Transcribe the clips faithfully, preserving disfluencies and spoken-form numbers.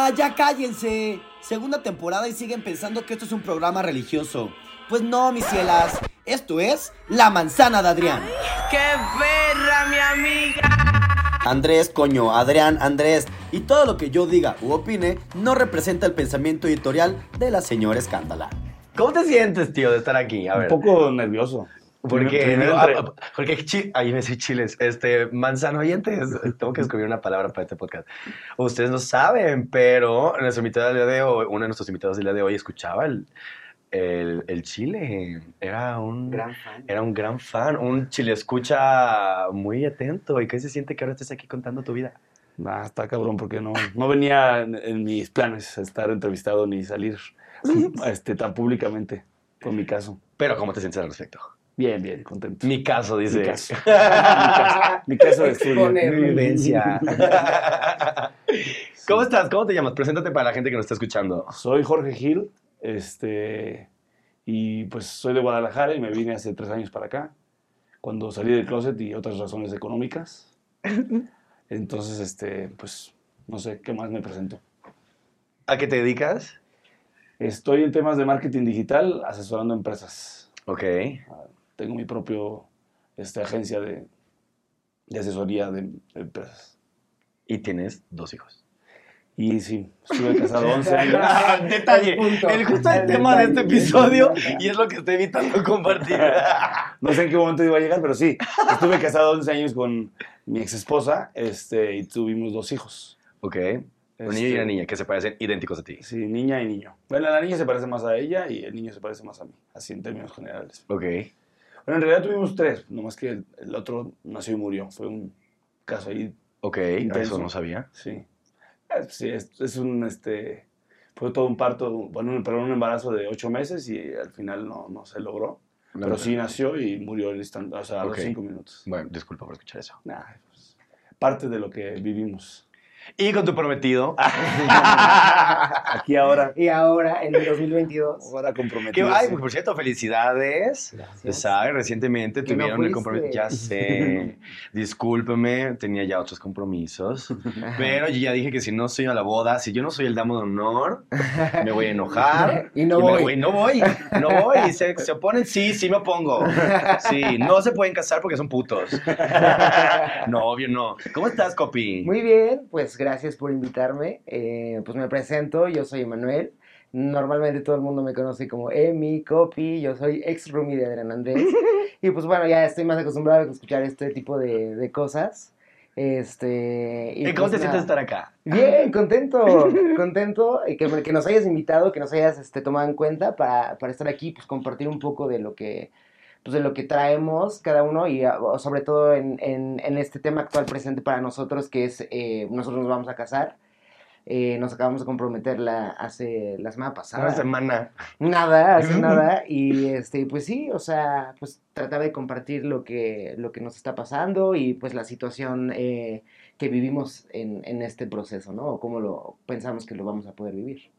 ya cállense. Segunda temporada y siguen pensando que esto es un programa religioso. Pues no, mis cielas. Esto es La Manzana de Adrián. Ay, ¡qué perra, mi amiga! Andrés, coño, Adrián, Andrés. Y todo lo que yo diga u opine no representa el pensamiento editorial de la señora Escándala. ¿Cómo te sientes, tío, de estar aquí? A ver. Un poco nervioso. Porque, Primero no, entre- ah, porque chi- ahí me soy chiles, este, manzano oyentes, tengo que escribir una palabra para este podcast. Ustedes no saben, pero nuestro invitado del día de hoy, uno de nuestros invitados del día de hoy escuchaba el, el, el chile, era un Gran fan. era un gran fan, un chile escucha muy atento. ¿Y qué se siente que ahora estés aquí contando tu vida? Nah, está cabrón, porque no, no venía en, en mis planes estar entrevistado ni salir este, tan públicamente con mi caso. Pero ¿cómo te sientes al respecto? Bien, bien, contento. Mi caso, dice. Mi caso. mi caso. Mi caso de estudio. Exponer. Mi vivencia. ¿Cómo estás? ¿Cómo te llamas? Preséntate para la gente que nos está escuchando. Soy Jorge Gil, este, y pues soy de Guadalajara y me vine hace tres años para acá, cuando salí del closet y otras razones económicas. Entonces, este, pues, no sé, ¿qué más me presento? ¿A qué te dedicas? Estoy en temas de marketing digital, asesorando empresas. Ok. Tengo mi propio este, agencia de, de asesoría de, de empresas. Y tienes dos hijos. Y sí, estuve casado once años. Ah, detalle. El punto. El justo el El tema de detalle. este episodio y es lo que estoy evitando compartir. No sé en qué momento iba a llegar, pero sí. Estuve casado once años con mi ex esposa este, y tuvimos dos hijos. Ok. Un niño y una niña que se parecen idénticos a ti. Sí, niña y niño. Bueno, la niña se parece más a ella y el niño se parece más a mí, así en términos generales. Ok. Bueno, en realidad tuvimos tres, nomás que el, el otro nació y murió. Fue un caso ahí, Ok. Intenso. Eso no sabía. sí. Eh, Sí, es, es un, este, fue todo un parto, bueno, un, perdón, un embarazo de ocho meses y al final no, no se logró. No, Pero no, sí no. nació y murió al instante, o sea, a Ok. los cinco minutos. Bueno, disculpa por escuchar eso. Nah, pues, parte de lo que vivimos. Y con tu prometido. Aquí ahora, Y ahora, en el dos mil veintidós. ahora Que, comprometidos. ay, por cierto, felicidades. Gracias. ¿Sabes? Recientemente Que no tuvieron el fuiste. compromiso. Ya sé. Discúlpeme, tenía ya otros compromisos. Pero yo ya dije que si no soy a la boda, si yo no soy el damo de honor, me voy a enojar. Y no me voy. voy. No voy. No voy. Y se, se oponen, sí, sí me opongo. Sí, no se pueden casar porque son putos. No, obvio no. ¿Cómo estás, Copi? Muy bien, pues gracias por invitarme. Eh, pues me presento, yo soy Emanuel. Normalmente todo el mundo me conoce como Emi, Copy, yo soy ex roomie de Adrián Andrés. Y pues bueno, ya estoy más acostumbrado a escuchar este tipo de, de cosas. Este, ¿Y y cómo pues te nada. sientes estar acá? Bien, contento, contento y que, me- que nos hayas invitado, que nos hayas este, tomado en cuenta para, para estar aquí, pues compartir un poco de lo que, pues, de lo que traemos cada uno y ah, sobre todo en, en, en este tema actual presente para nosotros, que es, eh, nosotros nos vamos a casar. Eh, nos acabamos de comprometer la, hace la semana pasada. Una semana. Nada, hace nada. Y este, pues sí, o sea, pues tratar de compartir lo que, lo que nos está pasando y pues la situación eh, que vivimos en, en este proceso, ¿no? O cómo lo pensamos que lo vamos a poder vivir.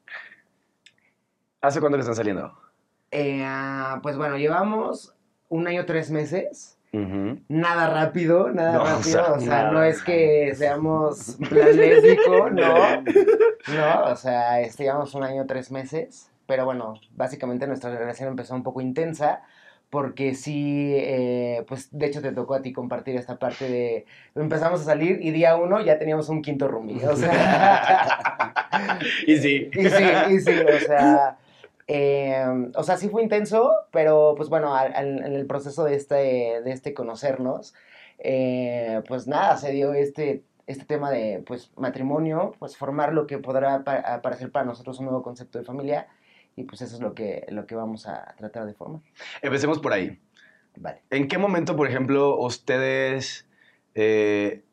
¿Hace cuánto que están saliendo? Eh, ah, pues bueno, llevamos un año, tres meses. Ujú. Nada rápido, nada No, o rápido. sea, O sea, nada. no es que seamos plan lésbico, no. No, o sea, este, llevamos un año, tres meses. Pero bueno, básicamente nuestra relación empezó un poco intensa. Porque sí, eh, pues de hecho te tocó a ti compartir esta parte de... Empezamos a salir y día uno ya teníamos un quinto roomie. O sea... Y sí. Y sí, y sí, o sea... eh, o sea, sí fue intenso, pero pues bueno, al- al- en el proceso de este, de este conocernos, eh, pues nada, se dio este, este tema de pues matrimonio, pues formar lo que podrá pa- parecer para nosotros un nuevo concepto de familia, y pues eso es lo que, lo que vamos a tratar de formar. Empecemos por ahí. Vale. ¿En qué momento, por ejemplo, ustedes eh,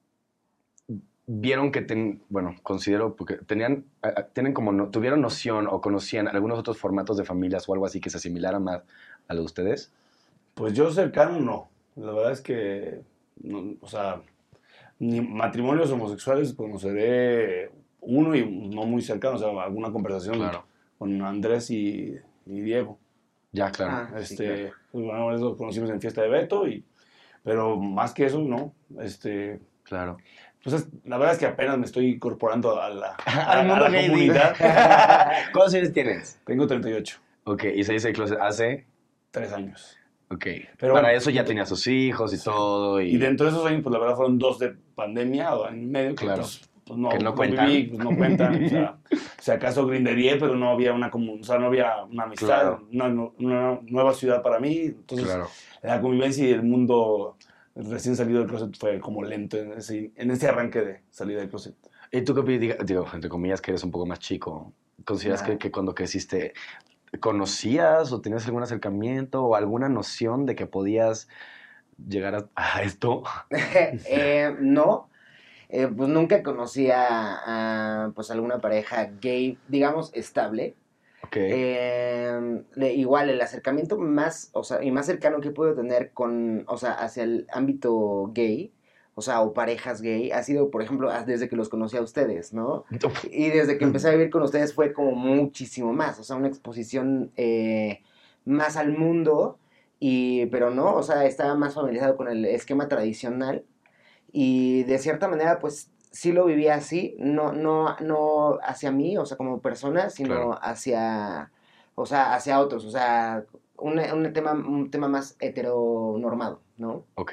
vieron que, ten- bueno, considero, porque tenían, a- a- tienen como, no, tuvieron noción o conocían algunos otros formatos de familias o algo así que se asimilaran más a lo de ustedes? Pues yo cercano no. La verdad es que, no, o sea, ni matrimonios homosexuales conoceré uno y no muy cercano, o sea, alguna conversación Claro. con Andrés y, y Diego. Ya, claro. Ah, sí, Este, claro. pues, bueno, eso los conocimos en fiesta de Beto, y, pero más que eso, no. Este, Claro. Pues es- la verdad es que apenas me estoy incorporando a la, a, Al a mundo la gay. comunidad. ¿Cuántos años tienes? Tengo treinta y ocho, Ok, y se dice closet hace... tres años. Ok. Pero Para bueno, eso ya ento- tenía sus hijos y Sí. todo. Y, Y dentro de esos años, pues la verdad fueron dos de pandemia o en medio que Claro. pues, pues, no, Que no no cuentan. viví, pues no cuentan. O sea, si acaso grindería, pero no había una comun- o sea, no había una amistad, Claro. una, una nueva ciudad para mí. Entonces, Claro. la convivencia y el mundo recién salido del closet fue como lento en ese, en ese arranque de salida del closet. ¿Y tú qué opinas? Diga- Digo, entre comillas, que eres un poco más chico. ¿Consideras Nah. que, que cuando creciste conocías o tenías algún acercamiento o alguna noción de que podías llegar a, a esto? Eh, no, eh, pues nunca conocí a, a, pues alguna pareja gay, digamos, estable. Ok. Eh, le- igual el acercamiento más, o sea, y más cercano que puedo tener con, o sea, hacia el ámbito gay, o sea, o parejas gay, ha sido, por ejemplo, a- desde que los conocí a ustedes, ¿no? Y desde que empecé a vivir con ustedes fue como muchísimo más, o sea, una exposición eh, más al mundo, y, pero no, o sea, estaba más familiarizado con el esquema tradicional y de cierta manera, pues, sí lo vivía así, no, no, no hacia mí, o sea, como persona, sino Claro. hacia, o sea, hacia otros, o sea, un, un tema, un tema más heteronormado, ¿no? Ok.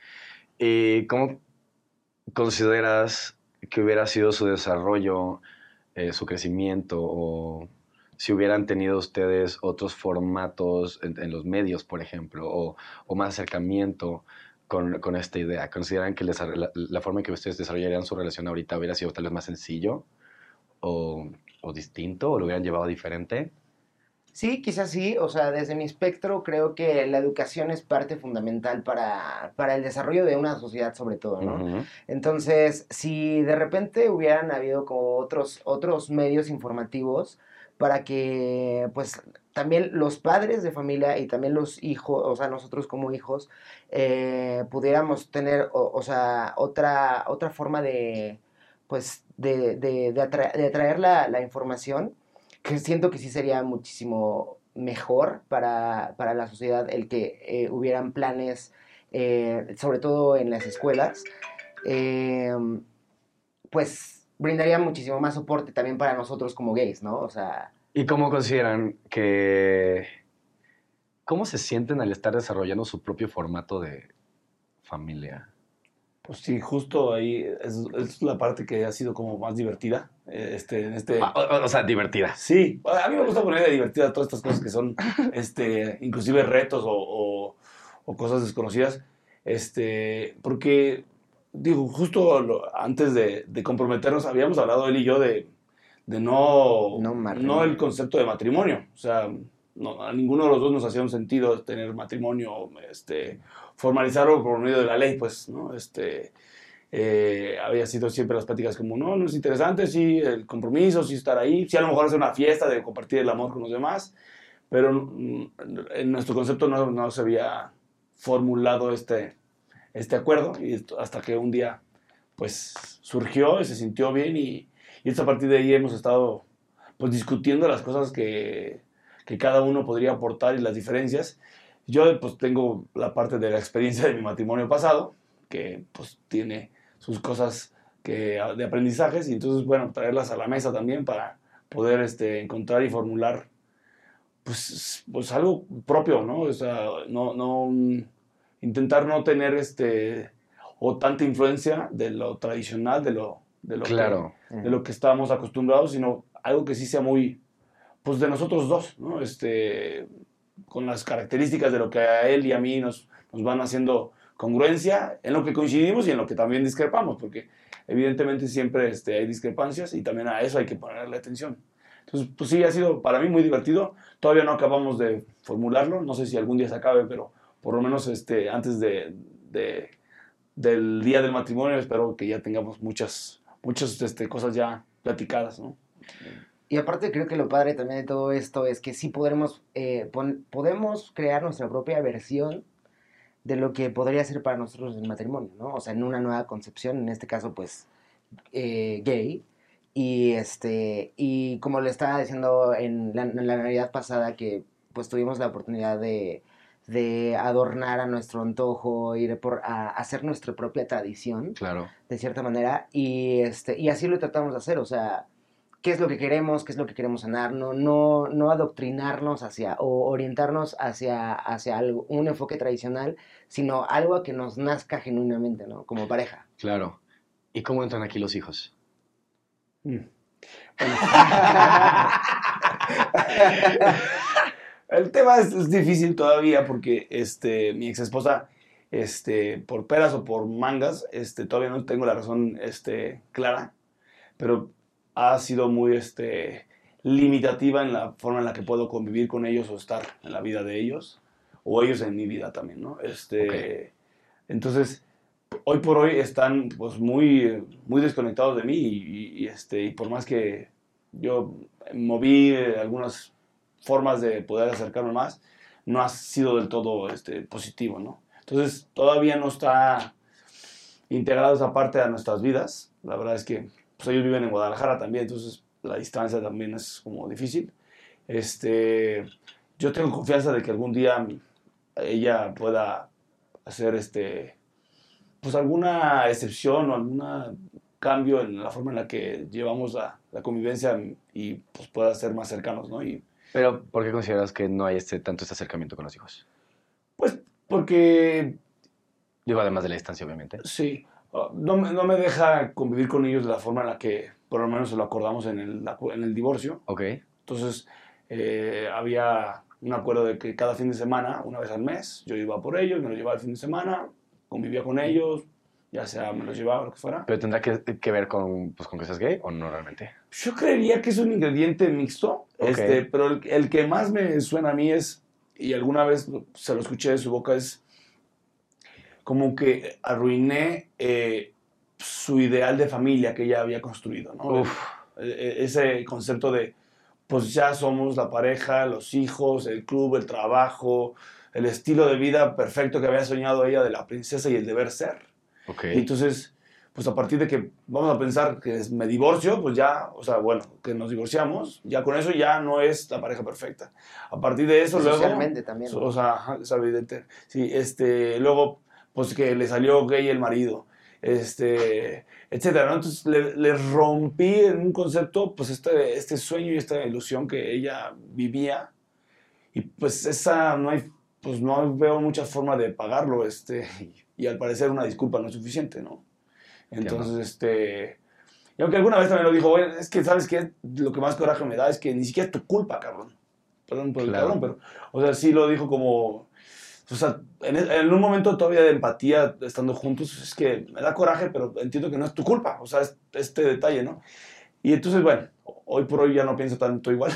¿Y cómo consideras que hubiera sido su desarrollo, eh, su crecimiento, o si hubieran tenido ustedes otros formatos en, en los medios, por ejemplo, o, o más acercamiento con, con esta idea? ¿Consideran que les- la, la forma en que ustedes desarrollarían su relación ahorita hubiera sido tal vez más sencillo o, o distinto, o lo hubieran llevado diferente? Sí, quizás sí, o sea, desde mi espectro creo que la educación es parte fundamental para, para el desarrollo de una sociedad sobre todo, ¿no? Ujú. Entonces, si de repente hubieran habido como otros, otros medios informativos para que, pues, también los padres de familia y también los hijos, o sea, nosotros como hijos, eh, pudiéramos tener, o, o sea, otra, otra forma de, pues, de, de, de, atra- de atraer la, la información, que siento que sí sería muchísimo mejor para, para la sociedad el que eh, hubieran planes, eh, sobre todo en las escuelas, eh, pues brindaría muchísimo más soporte también para nosotros como gays, ¿no? O sea, ¿Y cómo consideran que... ¿Cómo se sienten al estar desarrollando su propio formato de familia? Pues sí, justo ahí es, es la parte que ha sido como más divertida. eh, Este, en este, Ah, O, o sea, divertida. Sí, a mí me gusta poner de divertida todas estas cosas que son, este, inclusive retos o, o- o cosas desconocidas, este, porque, digo, justo lo- antes de, de comprometernos habíamos hablado él y yo de, de no, No no matrimonio. el concepto de matrimonio, o sea, no, a ninguno de los dos nos hacía un sentido tener matrimonio, este, formalizarlo por medio de la ley, pues, ¿no? Este, eh, había sido siempre las pláticas como, no, no es interesante, sí, el compromiso, sí estar ahí, sí a lo mejor hacer una fiesta de compartir el amor con los demás, pero mm, en nuestro concepto no, no se había formulado este, este acuerdo y esto- hasta que un día pues surgió y se sintió bien y, y es a partir de ahí hemos estado pues discutiendo las cosas que, que cada uno podría aportar y las diferencias. Yo pues tengo la parte de la experiencia de mi matrimonio pasado, que pues tiene sus cosas que, de aprendizajes y entonces bueno, traerlas a la mesa también para poder este, encontrar y formular pues, pues algo propio, ¿no? O sea, no, no un- intentar no tener este o tanta influencia de lo tradicional, de lo, de lo Claro. que, de lo que estábamos acostumbrados, sino algo que sí sea muy, pues de nosotros dos, ¿no? Este, con las características de lo que a él y a mí nos, nos van haciendo congruencia, en lo que coincidimos y en lo que también discrepamos, porque evidentemente siempre este, hay discrepancias y también a eso hay que ponerle atención. Entonces, pues sí, ha sido para mí muy divertido. Todavía no acabamos de formularlo, no sé si algún día se acabe, pero por lo menos este, antes de, de- del día del matrimonio espero que ya tengamos muchas, muchas este, cosas ya platicadas, ¿no? y aparte creo que lo padre también de todo esto es que sí podremos, eh, pon- podemos crear nuestra propia versión de lo que podría ser para nosotros el matrimonio, ¿no? O sea, en una nueva concepción, en este caso, pues, eh, gay. Y este, y como le estaba diciendo en la, en la Navidad pasada, que pues tuvimos la oportunidad de, de adornar a nuestro antojo, ir por a hacer nuestra propia tradición, Claro. de cierta manera, y este y así lo tratamos de hacer, o sea, qué es lo que queremos, qué es lo que queremos sanar, no no no adoctrinarnos hacia o orientarnos hacia hacia algo, un enfoque tradicional, sino algo que nos nazca genuinamente, ¿no? Como pareja. Claro. ¿Y cómo entran aquí los hijos? Mm. Bueno. El tema es, es difícil todavía porque este, mi ex esposa, este, por peras o por mangas, este, todavía no tengo la razón este, clara, pero ha sido muy este, limitativa en la forma en la que puedo convivir con ellos o estar en la vida de ellos, o ellos en mi vida también, ¿no? Este, Ok. Entonces, hoy por hoy están pues, muy, muy desconectados de mí y, y, y, este, y por más que yo moví eh, algunas formas de poder acercarme más, no ha sido del todo este, positivo, ¿no? Entonces, todavía no está integrada esa parte a nuestras vidas. La verdad es que pues, ellos viven en Guadalajara también, entonces la distancia también es como difícil. Este, yo tengo confianza de que algún día ella pueda hacer este, pues alguna excepción o algún cambio en la forma en la que llevamos la, la convivencia y pues pueda ser más cercanos, ¿no? Y, Pero, ¿por qué consideras que no hay este, tanto este acercamiento con los hijos? pues porque, Digo, además de la distancia, obviamente. sí, uh, no, me- no me deja convivir con ellos de la forma en la que por lo menos lo acordamos en el, acu- en el divorcio. Ok. Entonces, eh, había un acuerdo de que cada fin de semana, una vez al mes, yo iba por ellos, me los llevaba el fin de semana, convivía con ellos, ya sea me los llevaba o lo que fuera. ¿Pero tendrá que, que ver con, pues, con que seas gay o no realmente? Yo creería que es un ingrediente mixto, Ok. este, pero el, el que más me suena a mí es, y alguna vez se lo escuché de su boca, es como que arruiné eh, su ideal de familia que ella había construido, ¿no? Uf. Eh, Ese concepto de, pues ya somos la pareja, los hijos, el club, el trabajo, el estilo de vida perfecto que había soñado ella de la princesa y el deber ser. Ok. Y entonces, pues a partir de que vamos a pensar que es- me divorcio, pues ya, o sea, bueno, que nos divorciamos, ya con eso ya no es la pareja perfecta. A partir de eso, luego... Socialmente también, ¿no? O sea, ajá, es evidente. Sí, este, luego, pues que le salió gay el marido, este, etcétera, ¿no? Entonces le, le rompí en un concepto, pues este, este sueño y esta ilusión que ella vivía. Y pues esa, no hay, pues no veo mucha forma de pagarlo, este, y, y al parecer una disculpa no es suficiente, ¿no? Entonces, este, y aunque alguna vez también lo dijo, bueno, es que, ¿sabes qué? Lo que más coraje me da es que ni siquiera es tu culpa, cabrón. Perdón por el Claro. cabrón, pero, o sea, sí lo dijo como, o sea, en, en un momento todavía de empatía, estando juntos, es que me da coraje, pero entiendo que no es tu culpa, o sea, es este detalle, ¿no? Y entonces, bueno, hoy por hoy ya no pienso tanto igual,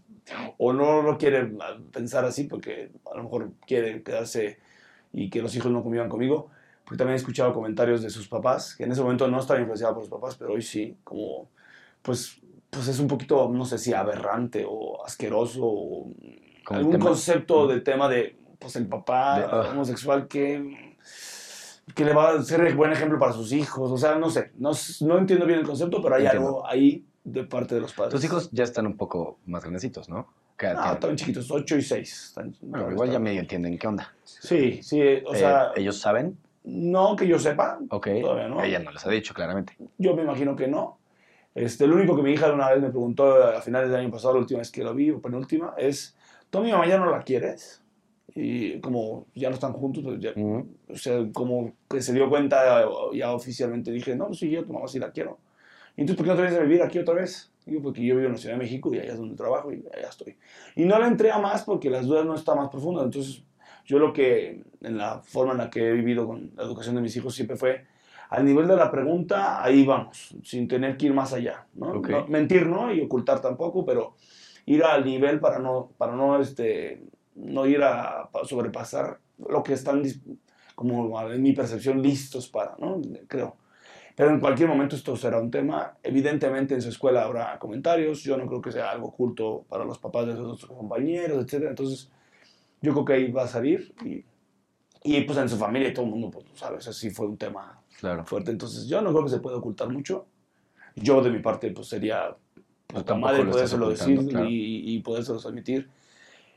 o no lo quiere pensar así, porque a lo mejor quiere quedarse y que los hijos no convivan conmigo, porque también he escuchado comentarios de sus papás, que en ese momento no estaba influenciada por sus papás, pero hoy sí, como, pues, pues es un poquito, no sé si aberrante o asqueroso, o Como el algún tema- concepto de tema de, pues, el papá De- ah. homosexual que, que le va a ser buen ejemplo para sus hijos, o sea, no sé, no, no entiendo bien el concepto, pero hay Entiendo. algo ahí de parte de los padres. Tus hijos ya están un poco más grandecitos, ¿no? Que No, tienen- están chiquitos, ocho y seis. Están- Bueno, igual ya medio entienden qué onda. Sí, sí, o Eh, sea, ¿Ellos saben? no que yo sepa, Ok. todavía no. Ella no les ha dicho, claramente. Yo me imagino que no. Este, lo único que mi hija una vez me preguntó a finales del año pasado, la última vez que lo vi, o penúltima, es, ¿tú a mi mamá ya no la quieres? Y como ya no están juntos, pues ya, Ujú. o sea, como que se dio cuenta ya oficialmente, dije, no, sí, yo a tu mamá sí la quiero. ¿Y entonces por qué no te vienes a vivir aquí otra vez? Digo, porque yo vivo en la Ciudad de México y allá es donde trabajo y allá estoy. Y no le entré a más porque las dudas no están más profundas. Entonces, yo lo que, en la forma en la que he vivido con la educación de mis hijos, siempre fue al nivel de la pregunta, ahí vamos, sin tener que ir más allá, ¿no? Ok. No- mentir, ¿no? Y ocultar tampoco, pero ir al nivel para no, para no, este, no ir a pa- sobrepasar lo que están, dis- como en mi percepción, listos para, ¿no? Creo. Pero en cualquier momento esto será un tema. Evidentemente en su escuela habrá comentarios. Yo no creo que sea algo oculto para los papás de sus otros compañeros, etcétera. Entonces, yo creo que ahí va a salir. Y, y pues en su familia y todo el mundo, pues, ¿sabes? Así fue un tema Claro. fuerte. Entonces, yo no creo que se pueda ocultar mucho. Yo, de mi parte, pues sería Pues poca tampoco madre lo estás podérselo ocultando, decir claro. y, y podérselos admitir.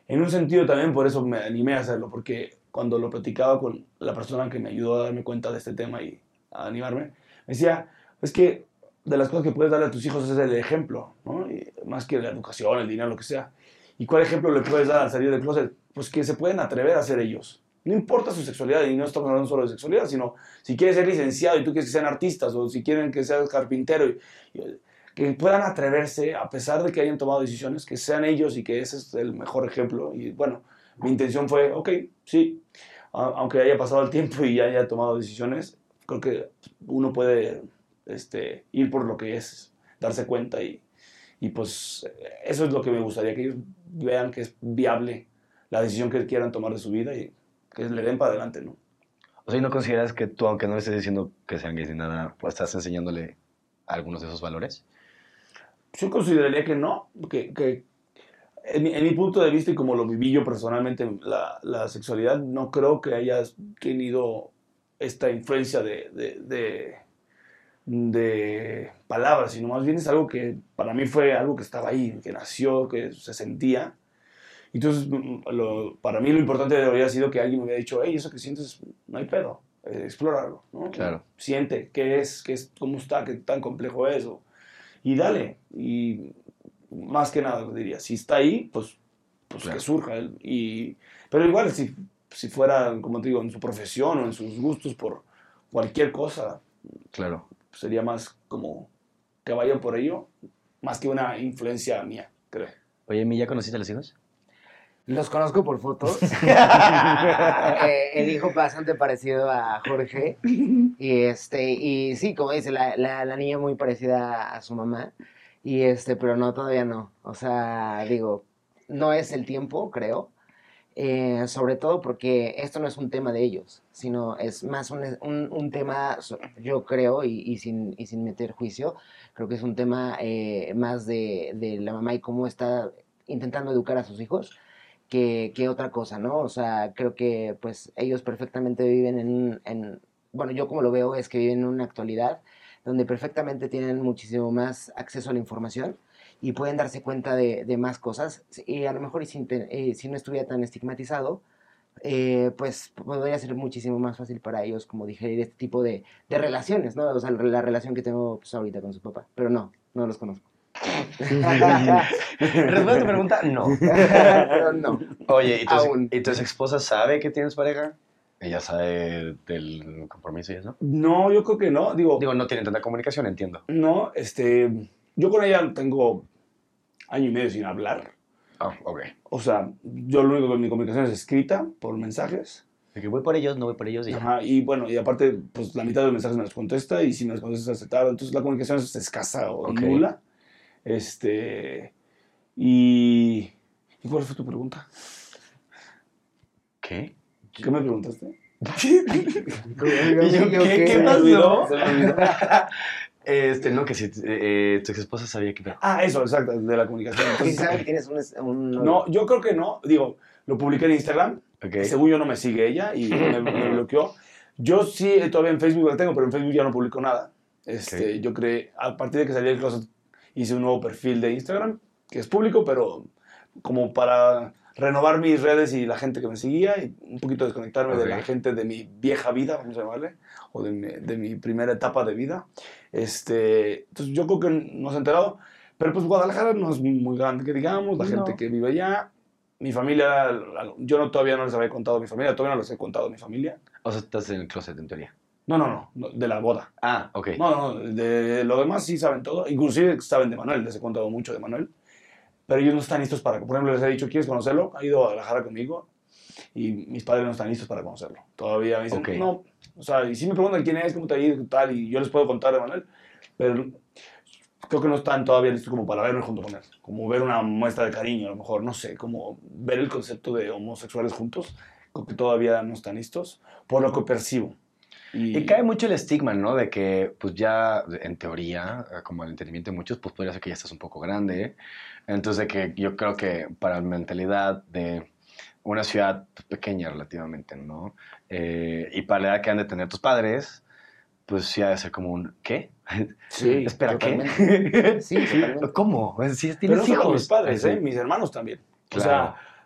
en un sentido también por eso me animé a hacerlo, porque cuando lo platicaba con la persona que me ayudó a darme cuenta de este tema y a animarme, me decía, es que de las cosas que puedes darle a tus hijos es el ejemplo, ¿no? Y más que la educación, el dinero, lo que sea. ¿Y cuál ejemplo le puedes dar al salir del closet? Pues que se pueden atrever a ser ellos. No importa su sexualidad, y no estamos hablando solo de sexualidad, sino si quieres ser licenciado y tú quieres que sean artistas, o si quieren que seas carpintero, y, y, que puedan atreverse, a pesar de que hayan tomado decisiones, que sean ellos y que ese es el mejor ejemplo. Y bueno, mi intención fue, ok, sí, aunque haya pasado el tiempo y haya tomado decisiones, creo que uno puede este, ir por lo que es, darse cuenta y, y pues eso es lo que me gustaría, que ellos vean que es viable la decisión que quieran tomar de su vida y que le den para adelante, ¿no? O sea, ¿y no consideras que tú, aunque no le estés diciendo que sean gays ni nada, pues estás enseñándole algunos de esos valores? Yo consideraría que no, que, que en, mi, en mi punto de vista y como lo viví yo personalmente, la, la sexualidad, no creo que haya tenido esta influencia de, de, de, de palabras, sino más bien es algo que para mí fue algo que estaba ahí, que nació, que se sentía. Entonces, lo, para mí lo importante habría sido que alguien me hubiera dicho, hey, eso que sientes, no hay pedo, eh, explóralo, ¿no? Claro. Siente qué es, qué es, cómo está, qué tan complejo es, o, y dale. Y más que nada, diría, si está ahí, pues, pues claro. que surja. Y, pero igual, si, si fuera, como te digo, en su profesión o en sus gustos por cualquier cosa, claro, sería más como que vayan por ello, más que una influencia mía, creo. Oye, ¿mi ya conociste a los hijos? Los conozco por fotos. eh, el hijo bastante parecido a Jorge. Y este, y sí, como dice, la, la, la niña muy parecida a su mamá. Y este, pero no, todavía no. O sea, digo, no es el tiempo, creo. Eh, sobre todo porque esto no es un tema de ellos, sino es más un, un, un tema, yo creo, y, y, sin, y sin meter juicio, creo que es un tema eh, más de, de la mamá y cómo está intentando educar a sus hijos. Que, que otra cosa, ¿no? O sea, creo que pues ellos perfectamente viven en, en, bueno, yo como lo veo es que viven en una actualidad donde perfectamente tienen muchísimo más acceso a la información y pueden darse cuenta de, de más cosas y a lo mejor y si, eh, si no estuviera tan estigmatizado, eh, pues podría ser muchísimo más fácil para ellos como digerir este tipo de, de relaciones, ¿no? O sea, la relación que tengo pues, ahorita con su papá, pero no, no los conozco. ¿Responde a tu pregunta? No. Pero no. Oye, ¿y tu, Aún. ¿y tu ex esposa sabe que tienes pareja? Ella sabe del compromiso y eso. No, yo creo que no. Digo, Digo, no tienen tanta comunicación, entiendo. no, este, yo con ella tengo año y medio sin hablar. Ah, ok. O sea, yo lo único que mi comunicación es escrita, por mensajes. De que voy por ellos, no voy por ellos y ya. Ajá, y bueno, y aparte, pues la mitad de los mensajes me los contesta y si me los contesta se tarda. Entonces la comunicación es escasa o Ok. nula. Este, y... ¿Y cuál fue tu pregunta? ¿Qué? ¿Qué me preguntaste? ¿Y yo, ¿qué, ¿qué Se me pasó? olvidó, se me olvidó. Este, no, que si eh, tu ex esposa sabía que... Ah, eso, exacto, de la comunicación. ¿Y Entonces, saben que tienes un, un no, yo creo que no. Digo, lo publiqué en Instagram. Ok. Según yo no me sigue ella y me, me bloqueó. Yo sí, todavía en Facebook la tengo, pero en Facebook ya no publico nada. Este, Ok. Yo creé, a partir de que salí del closet, hice un nuevo perfil de Instagram, que es público, pero como para renovar mis redes y la gente que me seguía y un poquito desconectarme Ok. de la gente de mi vieja vida, vamos a llamarle, o de mi, de mi primera etapa de vida. Este, entonces yo creo que no se ha enterado, pero pues Guadalajara no es muy grande, que digamos, la gente No. que vive allá, mi familia, yo no, todavía no les había contado a mi familia, todavía no les he contado a mi familia. O sea, estás en el closet, en teoría. No, no, no, no, de la boda. Ah, ok. No, no, de lo demás sí saben todo. Inclusive saben de Manuel, les he contado mucho de Manuel. Pero ellos no están listos para... Por ejemplo, les he dicho, ¿quieres conocerlo? Ha ido a Guadalajara conmigo y mis padres no están listos para conocerlo. Todavía me dicen, Ok. no. O sea, y sí me preguntan quién es, cómo te ha ido, tal, y yo les puedo contar de Manuel. Pero creo que no están todavía listos como para verme junto con él. Como ver una muestra de cariño, a lo mejor, no sé. Como ver el concepto de homosexuales juntos. Creo que todavía no están listos, por lo que percibo. Y, Y cae mucho el estigma, ¿no? De que, pues ya, en teoría, como el entendimiento de muchos, pues podría ser que ya estás un poco grande. Entonces, de que yo creo que para la mentalidad de una ciudad pues, pequeña relativamente, ¿no? Eh, y para la edad que han de tener tus padres, pues sí ha de ser como un, ¿qué? Sí, Espera, totalmente. ¿qué? Sí, totalmente. ¿Cómo? Si Pero tienes no solo hijos. mis padres, Así. ¿eh? Mis hermanos también. Claro. O sea,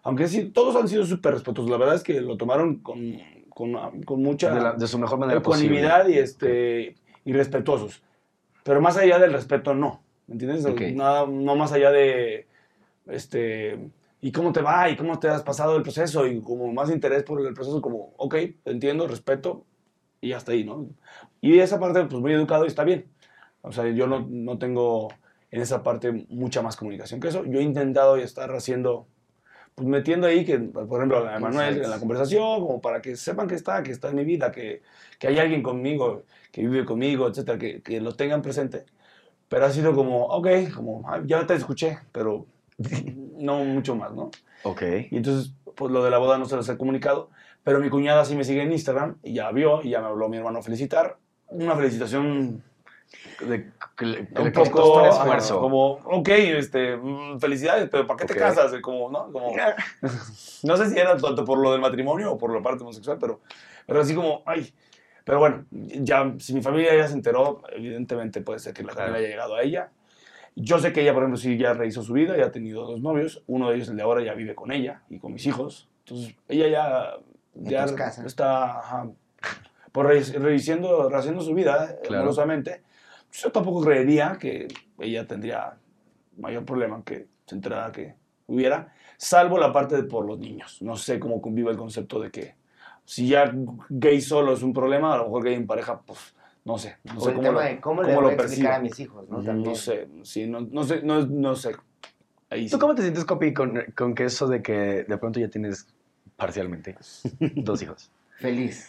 aunque sí, todos han sido súper respetuosos. La verdad es que lo tomaron con, con, con mucha De, la- de su mejor manera ecuanimidad posible. y, este, y respetuosos. Pero más allá del respeto, no. ¿Me entiendes? Ok. Nada, no más allá de, este, ¿y cómo te va? ¿Y cómo te has pasado el proceso? Y como más interés por el proceso, como, ok, entiendo, respeto, y hasta ahí, ¿no? Y esa parte, pues muy educado y está bien. O sea, yo no, no tengo en esa parte mucha más comunicación que eso. Yo he intentado estar haciendo, pues metiendo ahí, que, por ejemplo, a Manuel en la Insights. conversación, como para que sepan que está, que está en mi vida, que, que hay alguien conmigo, que vive conmigo, etcétera, que, que lo tengan presente. Pero ha sido como, ok, como, "Ah, ya te escuché", pero no mucho más, ¿no? Ok. Y entonces, pues lo de la boda no se los he comunicado, pero mi cuñada sí me sigue en Instagram y ya vio y ya me habló mi hermano a felicitar. Una felicitación De, que le, que un le costó poco un ajá, esfuerzo. como, ok, este, mm, felicidades, pero ¿para qué Ok. te casas? Como, ¿no? Como, no sé si era tanto por lo del matrimonio o por la parte homosexual, pero, pero así como, ay. Pero bueno, ya, si mi familia ya se enteró, evidentemente puede ser que la Claro. familia haya llegado a ella. Yo sé que ella, por ejemplo, sí ya rehizo su vida, ya ha tenido dos novios. Uno de ellos, el de ahora, ya vive con ella y con mis hijos. Entonces, ella ya, ya En tus casas. está ajá, por re- rehaciendo, rehaciendo su vida eh, Claro. amorosamente. Yo tampoco creería que ella tendría mayor problema que se enterara que hubiera, salvo la parte de por los niños. No sé cómo convive el concepto de que si ya gay solo es un problema, a lo mejor gay en pareja, pues no sé. No O sé el cómo tema lo, de cómo le cómo voy lo a explicar perciba. a mis hijos, ¿no? No También. sé, sí, no, no sé, no, no sé. Ahí ¿Tú sí. cómo te sientes, Copi, con, con que eso de que de pronto ya tienes parcialmente dos hijos? Feliz.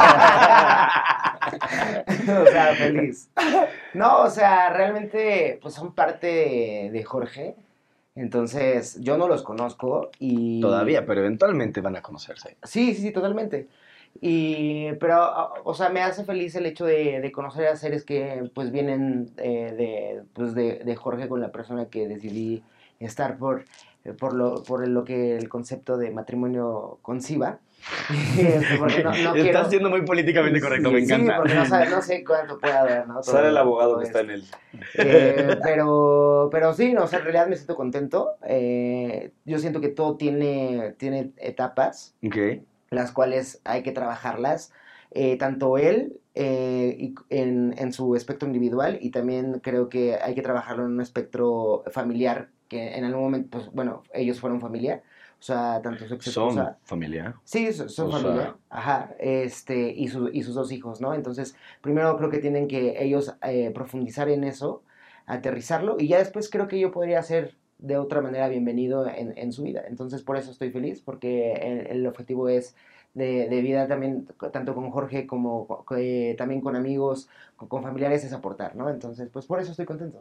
O sea, feliz. No, o sea, realmente, pues son parte de, de Jorge. Entonces, yo no los conozco y... Todavía, pero eventualmente van a conocerse. Sí, sí, sí, totalmente. Y, pero, o sea, me hace feliz el hecho de, de conocer a seres que, pues, vienen eh, de, pues, de, de Jorge con la persona que decidí estar por, por, lo, por lo que el concepto de matrimonio conciba. Este, porque no, no Estás quiero... siendo muy políticamente correcto, Sí, me encanta. Sí, porque no, sabe- no sé cuánto pueda haber, ¿no? Todo- Sale el abogado todo que está esto. en él. Eh, pero, pero sí, no, o sea, en realidad me siento contento. Eh, yo siento que todo tiene, tiene etapas, Ok. las cuales hay que trabajarlas. Eh, tanto él eh, y en, en su espectro individual y también creo que hay que trabajarlo en un espectro familiar, que en algún momento, pues bueno, ellos fueron familia. O sea, tanto su ex Son esposa. familia. Sí, son, son O familia, sea- ajá, este, y, su- y sus dos hijos, ¿no? Entonces, primero creo que tienen que ellos eh, profundizar en eso, aterrizarlo, y ya después creo que yo podría ser de otra manera bienvenido en, en su vida. Entonces, por eso estoy feliz, porque el, el objetivo es de, de vida también, tanto con Jorge como co- eh, también con amigos, con, con familiares, es aportar, ¿no? Entonces, pues por eso estoy contento.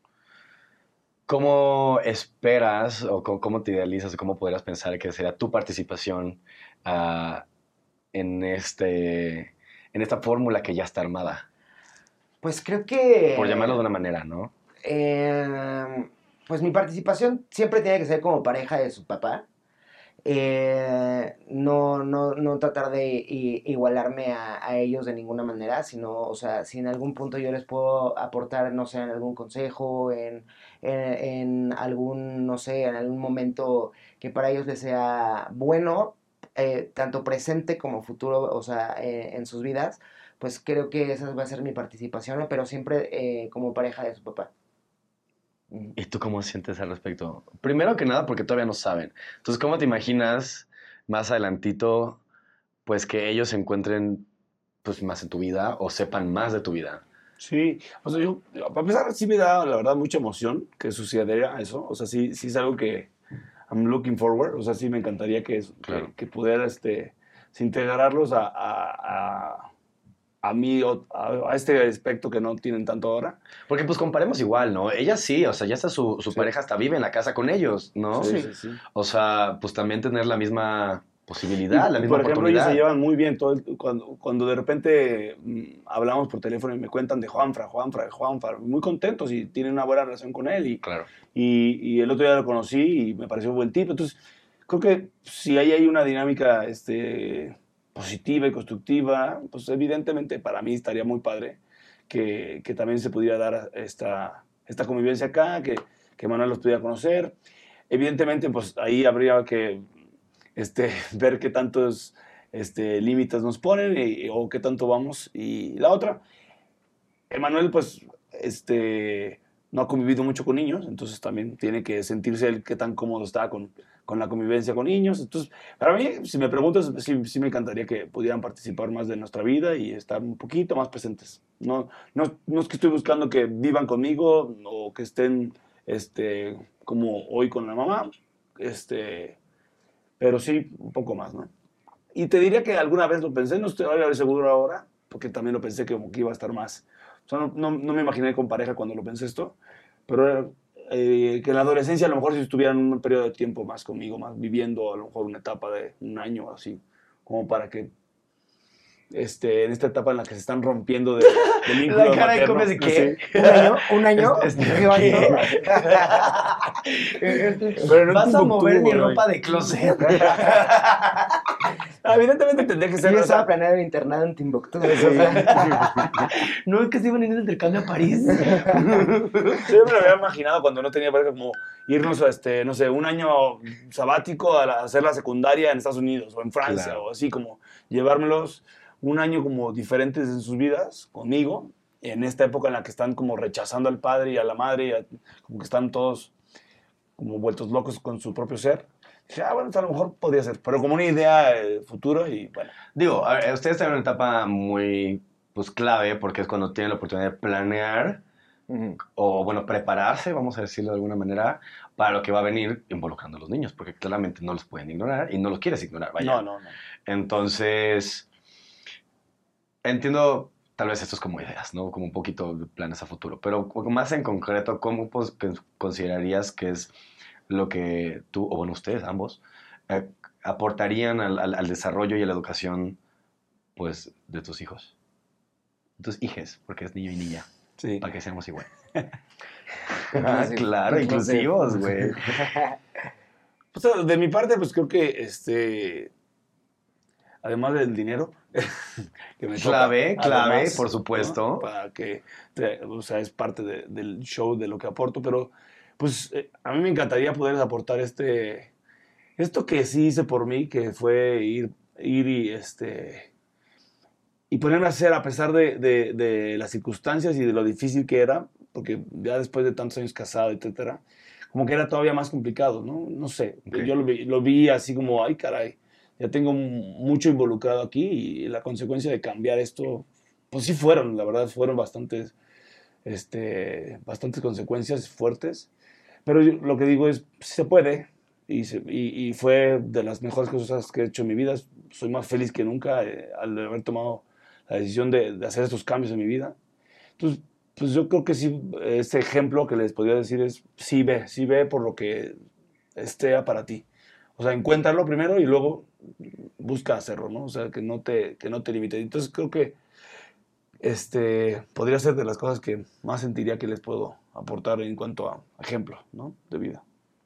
¿Cómo esperas o cómo, cómo te idealizas o cómo podrías pensar que será tu participación ah, en, este, en esta fórmula que ya está armada? Pues creo que... Por llamarlo de una manera, ¿no? Eh, pues mi participación siempre tiene que ser como pareja de su papá. Eh, no, no, no tratar de i- igualarme a, a ellos de ninguna manera, sino, o sea, si en algún punto yo les puedo aportar, no sé, en algún consejo, en, en, en algún, no sé, en algún momento que para ellos les sea bueno, eh, tanto presente como futuro, o sea, eh, en sus vidas, pues creo que esa va a ser mi participación, ¿no? Pero siempre eh, como pareja de su papá. Ujú. ¿Y tú cómo sientes al respecto? Primero que nada, porque todavía no saben. Entonces, ¿cómo te imaginas más adelantito, pues que ellos se encuentren pues, más en tu vida o sepan más de tu vida? Sí, o sea, yo, para empezar, sí me da, la verdad, mucha emoción que sucediera eso. O sea, sí, sí es algo que I'm looking forward. O sea, sí me encantaría que, Claro. que, que pudiera este, integrarlos a, a, a, a mí, o a, a este aspecto que no tienen tanto ahora. Porque pues comparemos igual, ¿no? Ella sí, o sea, ya está su, su Sí. pareja hasta vive en la casa con ellos, ¿no? Sí, Sí. sí, sí. O sea, pues también tener la misma posibilidad, Y, la y, misma por ejemplo, ellos oportunidad. se llevan muy bien. Todo el- cuando, cuando de repente mm, hablamos por teléfono y me cuentan de Juanfra, Juanfra, Juanfra, muy contentos y tienen una buena relación con él. Y, Claro. y, y el otro día lo conocí y me pareció buen tipo. Entonces, creo que si ahí hay una dinámica este, positiva y constructiva, pues evidentemente para mí estaría muy padre que, que también se pudiera dar esta, esta convivencia acá, que, que Manuel los pudiera conocer. Evidentemente, pues ahí habría que este, ver qué tantos este, límites nos ponen y- o qué tanto vamos. Y la otra, Emanuel, pues, este, no ha convivido mucho con niños, entonces también tiene que sentirse él qué tan cómodo está con, con la convivencia con niños. Entonces, para mí, si me preguntas, sí, sí me encantaría que pudieran participar más de nuestra vida y estar un poquito más presentes. No, no, no es que estoy buscando que vivan conmigo o que estén este, como hoy con la mamá, este, pero sí un poco más, ¿no? Y te diría que alguna vez lo pensé, no estoy seguro ahora, porque también lo pensé que, como que iba a estar más. O sea, no, no, no me imaginé con pareja cuando lo pensé esto, pero eh, que en la adolescencia a lo mejor si estuvieran un periodo de tiempo más conmigo, más viviendo a lo mejor una etapa de un año o así, como para que este, en esta etapa en la que se están rompiendo de, del vínculo La cara de materno. Comes de qué. Sí. ¿Un año? ¿Un año? Es- es- ¿Qué bonito. Pero no Vas a Timbuktu, mover mi güey. ropa de closet. Ah, evidentemente tendría que Sí, ser. yo o sea, estaba planeando un internado en Timbuktu. O sea, No, es que se iban a ir de intercambio a París. Sí, yo me lo había imaginado cuando no tenía pareja, como irnos, a este, no sé, un año sabático a, la- a hacer la secundaria en Estados Unidos o en Francia, Claro. o así, como llevármelos un año como diferentes en sus vidas conmigo, en esta época en la que están como rechazando al padre y a la madre, y a- como que están todos como vueltos locos con su propio ser. Dije, ah, bueno, a lo mejor podría ser, pero como una idea eh, futuro y bueno. Digo, a ver, ustedes están en una etapa muy pues clave porque es cuando tienen la oportunidad de planear ujú. o, bueno, prepararse, vamos a decirlo de alguna manera, para lo que va a venir involucrando a los niños, porque claramente no los pueden ignorar y no los quieres ignorar, vaya. No, no, no. Entonces, entiendo tal vez esto es como ideas, ¿no? Como un poquito de planes a futuro, pero más en concreto, ¿cómo pues, que considerarías que es lo que tú, o bueno, ustedes ambos, eh, aportarían al, al- al desarrollo y a la educación, pues, de tus hijos? Tus hijes, porque es niño y niña, Sí. para que seamos igual. Inclusive. Claro, Inclusive. inclusivos, güey. Pues, de mi parte, pues creo que este, además del dinero, que me toca, Clave, clave, además, por supuesto. ¿no? Para que, te- o sea, es parte de- del show, de lo que aporto, pero pues eh, a mí me encantaría poder aportar este, esto que sí hice por mí, que fue ir, ir y, este, y ponerme a hacer a pesar de, de- de las circunstancias y de lo difícil que era, porque ya después de tantos años casado, etcétera, como que era todavía más complicado, ¿no? No sé, Ok. yo lo vi, lo vi así como, ay, caray, ya tengo mucho involucrado aquí y la consecuencia de cambiar esto, pues sí fueron, la verdad, fueron bastantes, este, bastantes consecuencias fuertes, pero yo lo que digo es, sí se puede, y, se- y- y fue de las mejores cosas que he hecho en mi vida. Soy más feliz que nunca eh, al haber tomado la decisión de, de hacer estos cambios en mi vida. Entonces, pues yo creo que sí, ese ejemplo que les podría decir es, sí ve, sí ve por lo que esté para ti. O sea, encuéntralo primero y luego busca hacerlo, ¿no? O sea, que no te, que no te limite. Entonces creo que este, podría ser de las cosas que más sentiría que les puedo aportar en cuanto a ejemplo, ¿no? De vida.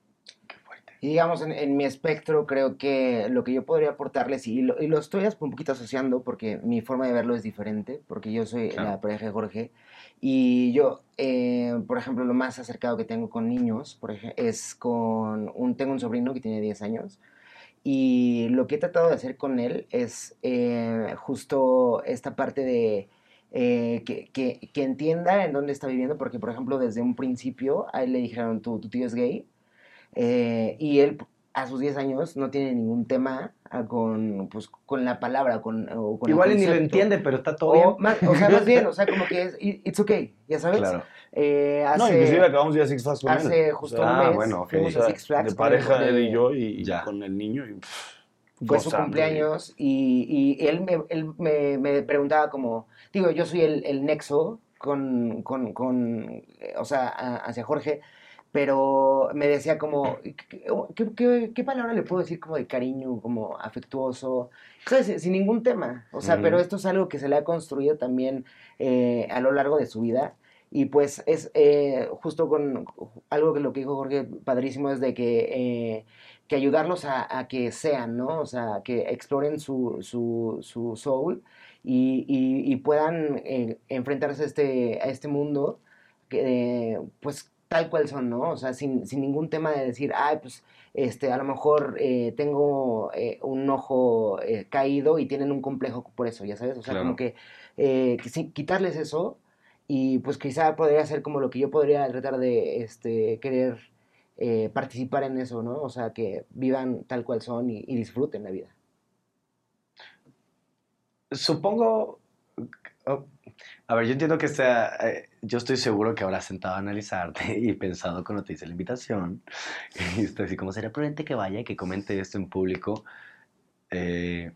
Y digamos, en, en mi espectro, creo que lo que yo podría aportarles, y lo, y lo estoy un poquito asociando porque mi forma de verlo es diferente, porque yo soy Claro. la pareja de Jorge, y yo, eh, por ejemplo, lo más acercado que tengo con niños, por ejemplo, es con un, tengo un sobrino que tiene diez años, y lo que he tratado de hacer con él es eh, justo esta parte de eh, que, que, que entienda en dónde está viviendo, porque, por ejemplo, desde un principio a él le dijeron, tu, tu tío es gay, eh, y él a sus diez años no tiene ningún tema ah, con, pues, con la palabra con, o con Igual el y ni lo concepto. entiende, pero está todo O, bien. más, o sea, más bien, o sea, como que es, it- it's okay, ya sabes. Claro. Eh, hace, No, inclusive acabamos de ir a Six Flags con hace él. justo O sea, un ah, mes bueno, ok. fuimos o a sea, Six Flags. de pareja, de- él y yo, y Ya. con el niño. Y, pff, Fue su gozando, cumpleaños y, y él, me, él me, me preguntaba como, digo, yo soy el, el nexo con, con, con eh, o sea, a- hacia Jorge, pero me decía como, ¿qué, qué, qué- qué palabra le puedo decir como de cariño, como afectuoso? ¿Sabes? Sin, sin ningún tema, o sea, Ujú. pero esto es algo que se le ha construido también eh, a lo largo de su vida. Y pues es eh, justo con algo que lo que dijo Jorge, padrísimo, es de que, eh, que ayudarlos a, a que sean, ¿no? O sea, que exploren su, su, su soul y, y, y puedan eh, enfrentarse a este, a este mundo que, eh, pues, tal cual son, ¿no? O sea, sin, sin ningún tema de decir, ay, pues, este, a lo mejor eh, tengo eh, un ojo eh, caído y tienen un complejo por eso, ya sabes, o sea, Claro. como que eh, que sí, quitarles eso y pues quizá podría ser como lo que yo podría tratar de este, querer eh, participar en eso, ¿no? O sea, que vivan tal cual son y, y disfruten la vida. Supongo... oh, a ver, yo entiendo que sea... eh, yo estoy seguro que habrás sentado a analizarte y pensado cuando te hice la invitación. Y estoy así como, ¿sería prudente que vaya y que comente esto en público? Eh,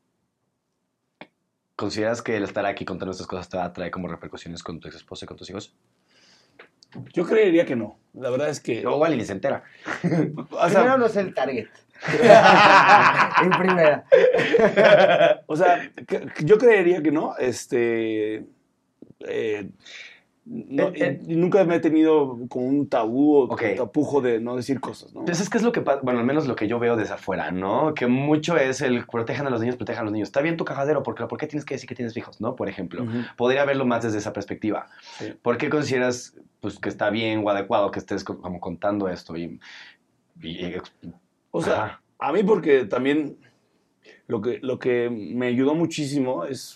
¿Consideras que el estar aquí contando estas cosas te va a traer como repercusiones con tu ex esposa y con tus hijos? Yo creería que no. La verdad es que... O igual y ni se entera. O Primero sea, no es el target. En primera. o sea, que- que yo creería que no. Este... eh, no, Eh, eh. y- y nunca me he tenido como un tabú o Ok. tapujo de no decir cosas, ¿no? Entonces, ¿qué es lo que pasa? Bueno, al menos lo que yo veo desde afuera, ¿no? Que mucho es el protejan a los niños, protejan a los niños. Está bien tu cajadero, porque ¿por qué tienes que decir que tienes hijos, no? Por ejemplo. Ujú. Podría verlo más desde esa perspectiva. Sí. ¿Por qué consideras pues, que está bien o adecuado que estés co- como contando esto? Y, y- y- O sea, Ajá. a mí porque también lo que, lo que me ayudó muchísimo es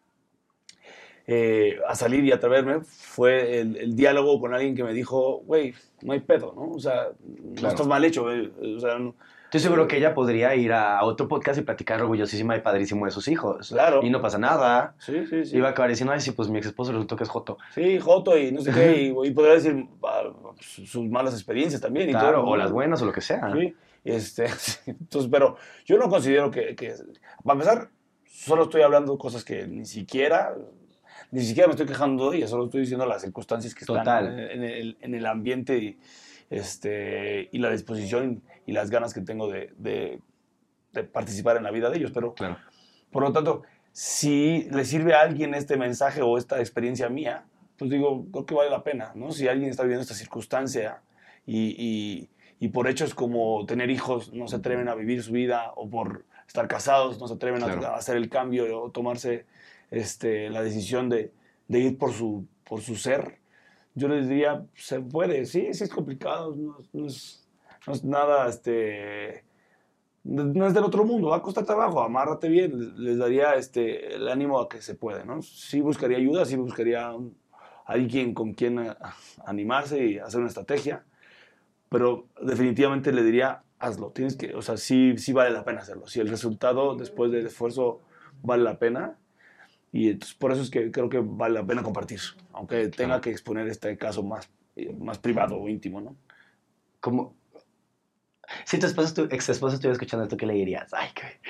eh, a salir y atreverme fue el, el diálogo con alguien que me dijo, güey, no hay pedo, ¿no? O sea, no Claro. estás mal hecho, güey. O sea, no- Estoy seguro que ella podría ir a otro podcast y platicar orgullosísima y padrísimo de sus hijos. Claro. Y no pasa nada. Sí, sí, sí. Iba a acabar diciendo, ay, sí, pues mi ex esposo resultó que es joto. Sí, Joto y no sé qué, y, y podría decir ah, sus sus malas experiencias también. Y Claro, todo, ¿no? o las buenas o lo que sea. Sí, este, entonces, pero yo no considero que, que, para empezar, solo estoy hablando cosas que ni siquiera, ni siquiera me estoy quejando de ellas, solo estoy diciendo las circunstancias que Total. están en, en el, en el ambiente y, este, y la disposición y las ganas que tengo de, de, de participar en la vida de ellos, pero Claro. por lo tanto, si le sirve a alguien este mensaje o esta experiencia mía, pues digo, creo que vale la pena, ¿no? Si alguien está viviendo esta circunstancia y, y, y por hechos como tener hijos no se atreven a vivir su vida, o por estar casados no se atreven Claro. a, a hacer el cambio o tomarse este, la decisión de, de ir por su, por su ser, yo les diría, se puede, sí, sí es complicado, no, no es, no es nada, este... no es del otro mundo, va a costar trabajo, amárrate bien, les daría este, el ánimo a que se puede, ¿no? Sí buscaría ayuda, sí buscaría un- alguien con quien a- animarse y hacer una estrategia, pero definitivamente le diría, hazlo, tienes que, o sea, sí, sí vale la pena hacerlo, si el resultado después del esfuerzo vale la pena, y entonces por eso es que creo que vale la pena compartir, aunque tenga Claro. que exponer este caso más, eh, más privado o íntimo, ¿no? Como... Si tu esposo, tu ex esposo estuviera escuchando esto, ¿qué le dirías? Ay, qué...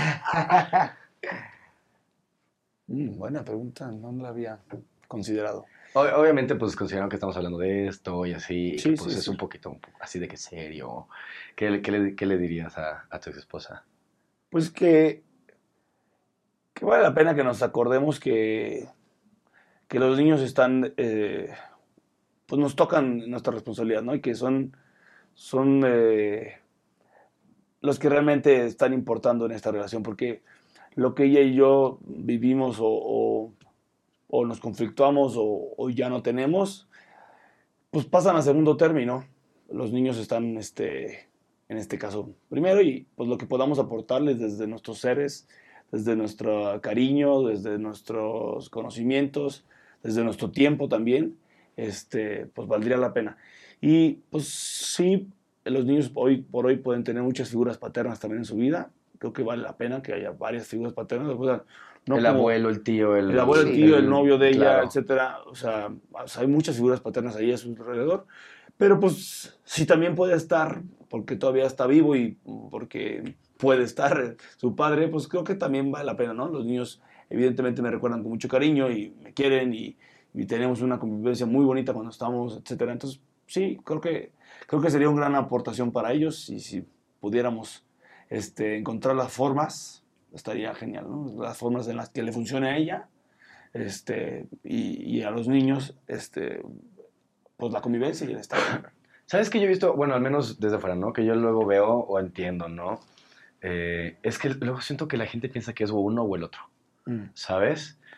Mm, buena pregunta, no la había considerado. O- Obviamente, pues consideraron que estamos hablando de esto y así, Sí, que, pues sí, es sí. un poquito un po- así de que serio. ¿Qué, le- qué le, qué le dirías a, a tu ex esposa? Pues que, que vale la pena que nos acordemos que, que los niños están, eh, pues nos tocan nuestra responsabilidad, ¿no? Y que son, son eh, los que realmente están importando en esta relación, porque lo que ella y yo vivimos o, o, o nos conflictuamos o, o ya no tenemos, pues pasan a segundo término. Los niños están, este, en este caso, primero, y pues lo que podamos aportarles desde nuestros seres, desde nuestro cariño, desde nuestros conocimientos, desde nuestro tiempo también, este, pues valdría la pena. Y pues sí, los niños hoy por hoy pueden tener muchas figuras paternas también en su vida. Creo que vale la pena que haya varias figuras paternas. O sea, no el como- abuelo, el tío, el... el abuelo, el Sí, tío, el novio de ella, claro. etcétera. O sea, o sea, hay muchas figuras paternas ahí a su alrededor. Pero pues si también puede estar, porque todavía está vivo y porque puede estar su padre, pues creo que también vale la pena, ¿no? Los niños evidentemente me recuerdan con mucho cariño y me quieren y, y tenemos una convivencia muy bonita cuando estamos, etcétera. Entonces, sí, creo que, creo que sería una gran aportación para ellos y si pudiéramos este, encontrar las formas, estaría genial, ¿no? Las formas en las que le funcione a ella este, y, y a los niños, este, pues la convivencia y el estar. ¿Sabes que yo he visto, bueno, al menos desde afuera, ¿no? Que yo luego veo o entiendo, ¿no? Eh, es que luego siento que la gente piensa que es o uno o el otro, Mm. ¿sabes?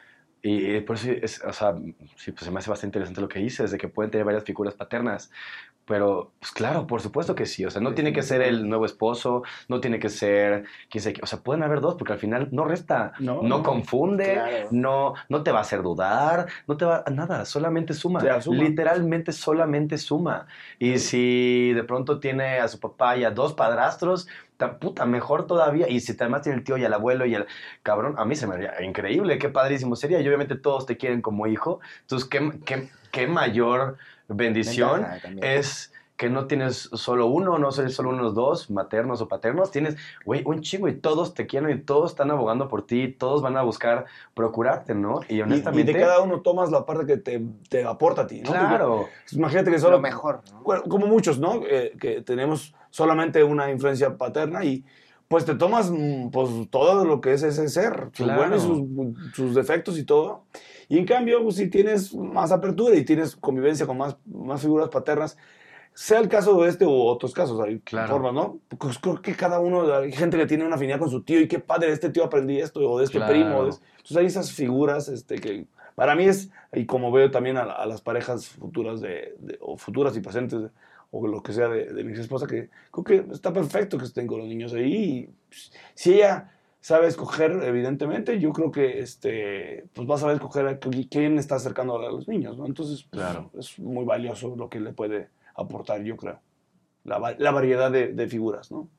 Y, y por eso, es, o sea, sí, pues se me hace bastante interesante lo que dices, de que pueden tener varias figuras paternas. Pero, pues claro, por supuesto que sí. O sea, no tiene que ser el nuevo esposo, no tiene que ser, quién sé qué. O sea, pueden haber dos, porque al final no resta, No, no, no. confunde, Claro. no, no te va a hacer dudar, no te va a nada, solamente suma. Ya, suma. Literalmente solamente suma. Y si de pronto tiene a su papá y a dos padrastros, tan puta, mejor todavía. Y si además tiene el tío y el abuelo y el cabrón, a mí se me haría increíble, qué padrísimo sería. Y obviamente todos te quieren como hijo. Entonces, qué, qué, qué mayor bendición Ventaja también. es que no tienes solo uno, no son solo unos dos, maternos o paternos, tienes, güey, un chingo y todos te quieren y todos están abogando por ti, todos van a buscar procurarte, ¿no? Y Y, honestamente... y de cada uno tomas la parte que te, te aporta a ti, ¿no? Claro. Porque, imagínate que solo... Lo mejor, ¿no? Bueno, como muchos, ¿no? Eh, que tenemos solamente una influencia paterna y pues te tomas mm, pues, todo lo que es ese ser, sus Claro. buenos y sus, sus defectos y todo. Y en cambio, pues, si tienes más apertura y tienes convivencia con más, más figuras paternas, sea el caso de este u otros casos, hay Claro. formas, ¿no? Pues creo que cada uno, hay gente que tiene una afinidad con su tío y qué padre, de este tío aprendí esto, o de este Claro. primo. De este. Entonces hay esas figuras este, que para mí es, y como veo también a, a las parejas futuras, de, de, o futuras y presentes, o lo que sea de, de mi esposa, que creo que está perfecto que estén con los niños ahí. Y, pues, si ella sabe escoger, evidentemente, yo creo que este, pues va a saber escoger a quién está acercando a los niños, ¿no? Entonces, pues, Claro. es muy valioso lo que le puede aportar, yo creo. La, va- la variedad de, de figuras, ¿no?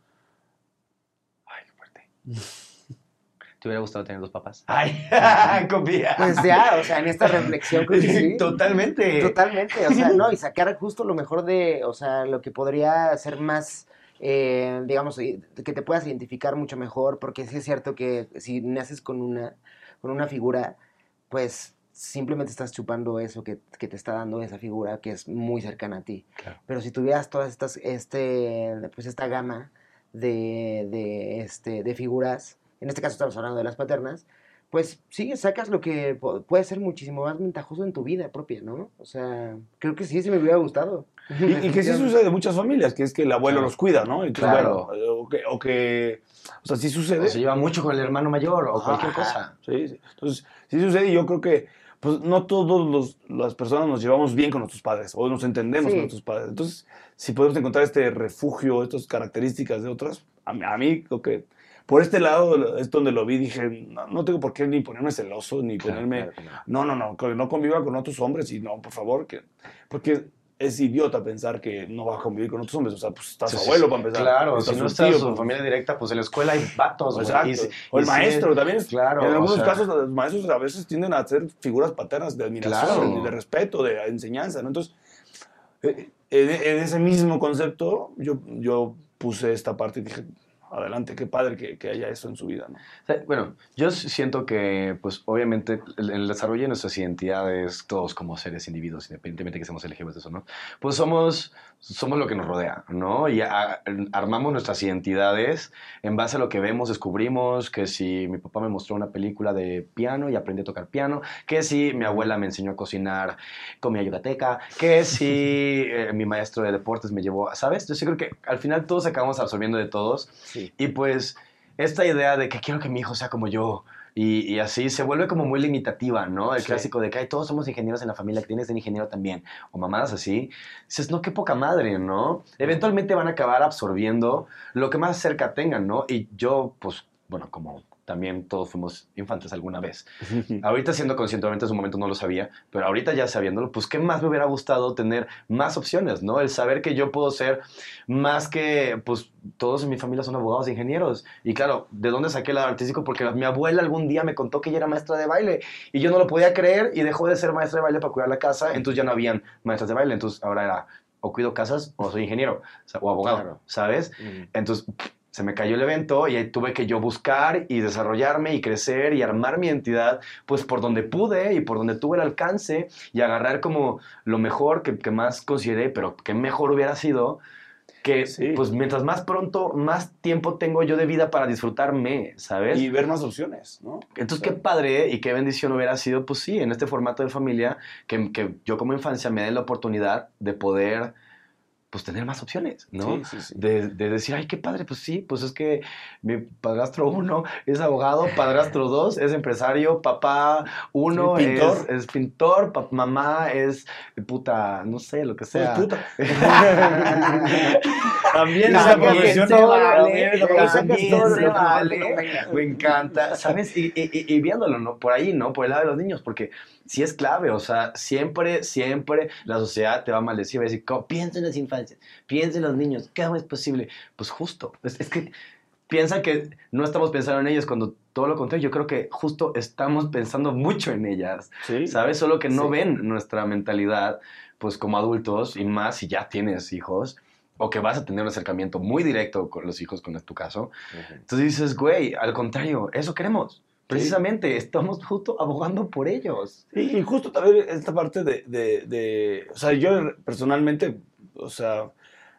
Ay, qué fuerte. ¿Te hubiera gustado tener dos papás? Ay, confía. Pues ya, o sea, en esta reflexión creo que sí. Totalmente. Totalmente, o sea, no, y sacar justo lo mejor de, o sea, lo que podría ser más, eh, digamos, que te puedas identificar mucho mejor, porque sí es cierto que si naces con una, con una figura, pues simplemente estás chupando eso que, que te está dando esa figura que es muy cercana a ti. Claro. Pero si tuvieras todas estas, este, pues esta gama de, de, este, de figuras, en este caso estamos hablando de las paternas, pues sí, sacas lo que po- puede ser muchísimo más ventajoso en tu vida propia, ¿no? O sea, creo que sí, sí me hubiera gustado. Y, y que sí sucede en muchas familias, que es que el abuelo Claro. los cuida, ¿no? Entonces, Claro. bueno, eh, o, que, o que, o sea, sí sucede. O se lleva mucho con el hermano mayor o cualquier Ajá. cosa. Sí, sí. Entonces, sí sucede y yo creo que pues, no todas las personas nos llevamos bien con nuestros padres o nos entendemos Sí. con nuestros padres. Entonces, si podemos encontrar este refugio, estas características de otras, a mí, a mí creo que por este lado es donde lo vi, dije, no, no tengo por qué ni ponerme celoso, ni Claro, ponerme... claro que no. no, no, no, que no conviva con otros hombres y no, por favor, que... Porque es idiota pensar que no va a convivir con otros hombres. O sea, pues está Sí, su sí, abuelo sí. para empezar. Claro, está si su no está tío, su pues, familia directa, pues en la escuela hay vatos. güey. Exacto. Y si- o el y si- maestro también. Claro. En algunos o sea, casos, los maestros a veces tienden a ser figuras paternas de admiración, Claro. de respeto, de enseñanza, ¿no? Entonces, eh, en, en ese mismo concepto, yo, yo puse esta parte y dije, adelante, qué padre que, que haya eso en su vida, ¿no? O sea, bueno, yo siento que, pues, obviamente, el, el desarrollo de nuestras identidades, todos como seres individuos, independientemente de que seamos L G B T o no, pues somos, somos lo que nos rodea, ¿no? Y a- armamos nuestras identidades en base a lo que vemos, descubrimos que si mi papá me mostró una película de piano y aprendí a tocar piano, que si mi abuela me enseñó a cocinar comida yucateca, que si eh, mi maestro de deportes me llevó, ¿sabes? Yo sí creo que al final todos acabamos absorbiendo de todos. Sí. Y pues esta idea de que quiero que mi hijo sea como yo y, y así se vuelve como muy limitativa, ¿no? El Sí. clásico de que "Ay, todos somos ingenieros en la familia, que tienes de ingeniero también", o mamadas así. Dices, no, qué poca madre, ¿no? Eventualmente van a acabar absorbiendo lo que más cerca tengan, ¿no? Y yo, pues, bueno, como también todos fuimos infantes alguna vez. Ahorita siendo consciente, obviamente en su momento no lo sabía, pero ahorita ya sabiéndolo, pues qué más me hubiera gustado tener más opciones, ¿no? El saber que yo puedo ser más que, pues todos en mi familia son abogados e ingenieros. Y claro, ¿de dónde saqué el lado artístico? Porque mi abuela algún día me contó que ella era maestra de baile y yo no lo podía creer y dejó de ser maestra de baile para cuidar la casa, entonces ya no habían maestras de baile, entonces ahora era o cuido casas o soy ingeniero o, sea, o abogado, Claro. ¿sabes? Mm. Entonces pff, se me cayó el evento y ahí tuve que yo buscar y desarrollarme y crecer y armar mi identidad pues por donde pude y por donde tuve el alcance y agarrar como lo mejor que, que más consideré, pero que mejor hubiera sido que Sí. pues mientras más pronto, más tiempo tengo yo de vida para disfrutarme, ¿sabes? Y ver más opciones, ¿no? Entonces, O sea, qué padre y qué bendición hubiera sido, pues sí, en este formato de familia, que, que yo como infancia me den la oportunidad de poder pues tener más opciones, ¿no? Sí, sí, sí. De, de decir, ay, qué padre, pues sí, pues es que mi padrastro uno es abogado, padrastro dos es empresario, papá uno Sí, pintor. Es, es pintor, pa- mamá es puta, no sé, lo que sea. Pues puta. También No, esa también profesión. se ¿no? vale, También esa profesión que también todo se lo- vale. Me encanta, ¿sabes? Y, y, y- y viéndolo, ¿no? Por ahí, ¿no? Por el lado de los niños, porque sí es clave, o sea, siempre, siempre la sociedad te va a maldecir, va a decir, "¿Cómo? Piensa en las infancias, piensa en los niños, ¿cómo es posible?" Pues justo, es, es que piensan que no estamos pensando en ellas cuando todo lo contrario, yo creo que justo estamos pensando mucho en ellas, Sí. ¿sabes? Solo que no Sí. ven nuestra mentalidad, pues como adultos, y más si ya tienes hijos, o que vas a tener un acercamiento muy directo con los hijos, como es tu caso. Entonces dices, güey, al contrario, eso queremos. Precisamente, estamos justo abogando por ellos. Y, y justo también esta parte de, de, de, o sea, yo personalmente, o sea,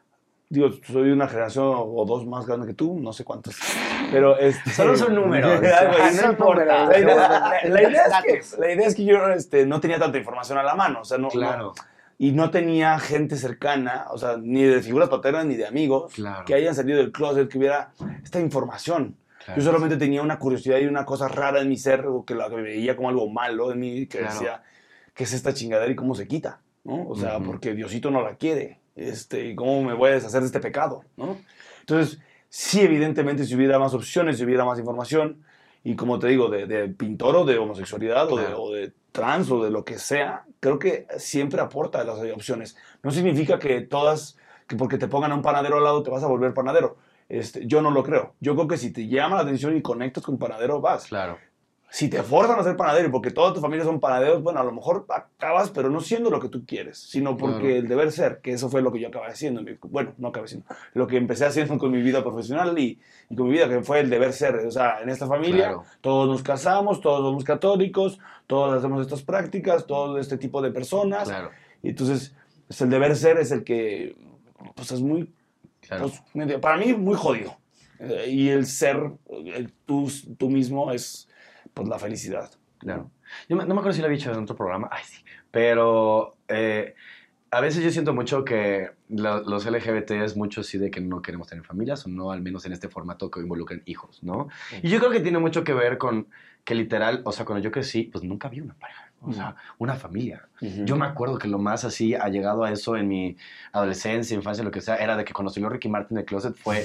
digo, soy de una generación o dos más grande que tú, no sé cuántos, pero este... Solo son números. Ay, güey, Ah, no son importa. números, La idea, son la- la idea es que, datos. la idea es que yo este, no tenía tanta información a la mano, o sea, no, Claro. no- y no tenía gente cercana, o sea, ni de figuras paternas ni de amigos Claro. que hayan salido del closet, que hubiera esta información. Claro. Yo solamente tenía una curiosidad y una cosa rara en mi ser, o que la que veía como algo malo en mí, que Claro. decía, ¿qué es esta chingadera y cómo se quita? ¿No? O sea, Ujú. porque Diosito no la quiere, este, y cómo me voy a deshacer de este pecado, ¿no? Entonces, sí, evidentemente, si hubiera más opciones, si hubiera más información, y como te digo, de, de pintor o de homosexualidad o, de, Claro. o de trans o de lo que sea, creo que siempre aporta las opciones. No significa que todas, que porque te pongan a un panadero al lado te vas a volver panadero. Este, yo no lo creo. Yo creo que si te llama la atención y conectas con panadero, vas. Claro. Si te forzan a ser panadero y porque toda tu familia son panaderos, bueno, a lo mejor acabas, pero no siendo lo que tú quieres, sino porque Claro. el deber ser, que eso fue lo que yo acabé haciendo. en mi- Bueno, no acabé haciendo, lo que empecé haciendo con mi vida profesional y, y con mi vida, que fue el deber ser. O sea, en esta familia Claro. todos nos casamos, todos somos católicos, todos hacemos estas prácticas, todo este tipo de personas. Claro. Y entonces, pues, el deber ser es el que, pues es muy, Claro. pues, medio- para mí, muy jodido. Eh, y el ser, el tú, tú mismo es, pues, la felicidad. Claro. Yo me- no me acuerdo si lo había dicho en otro programa. Ay, sí. Pero eh, a veces yo siento mucho que lo- los L G B T es mucho así de que no queremos tener familias, o no, al menos en este formato que involucren hijos, ¿no? Y yo creo que tiene mucho que ver con que literal, o sea, cuando yo crecí, pues nunca vi una pareja. O sea, una familia. Ujú. Yo me acuerdo que lo más así ha llegado a eso en mi adolescencia, infancia, lo que sea, era de que cuando salió Ricky Martin del closet fue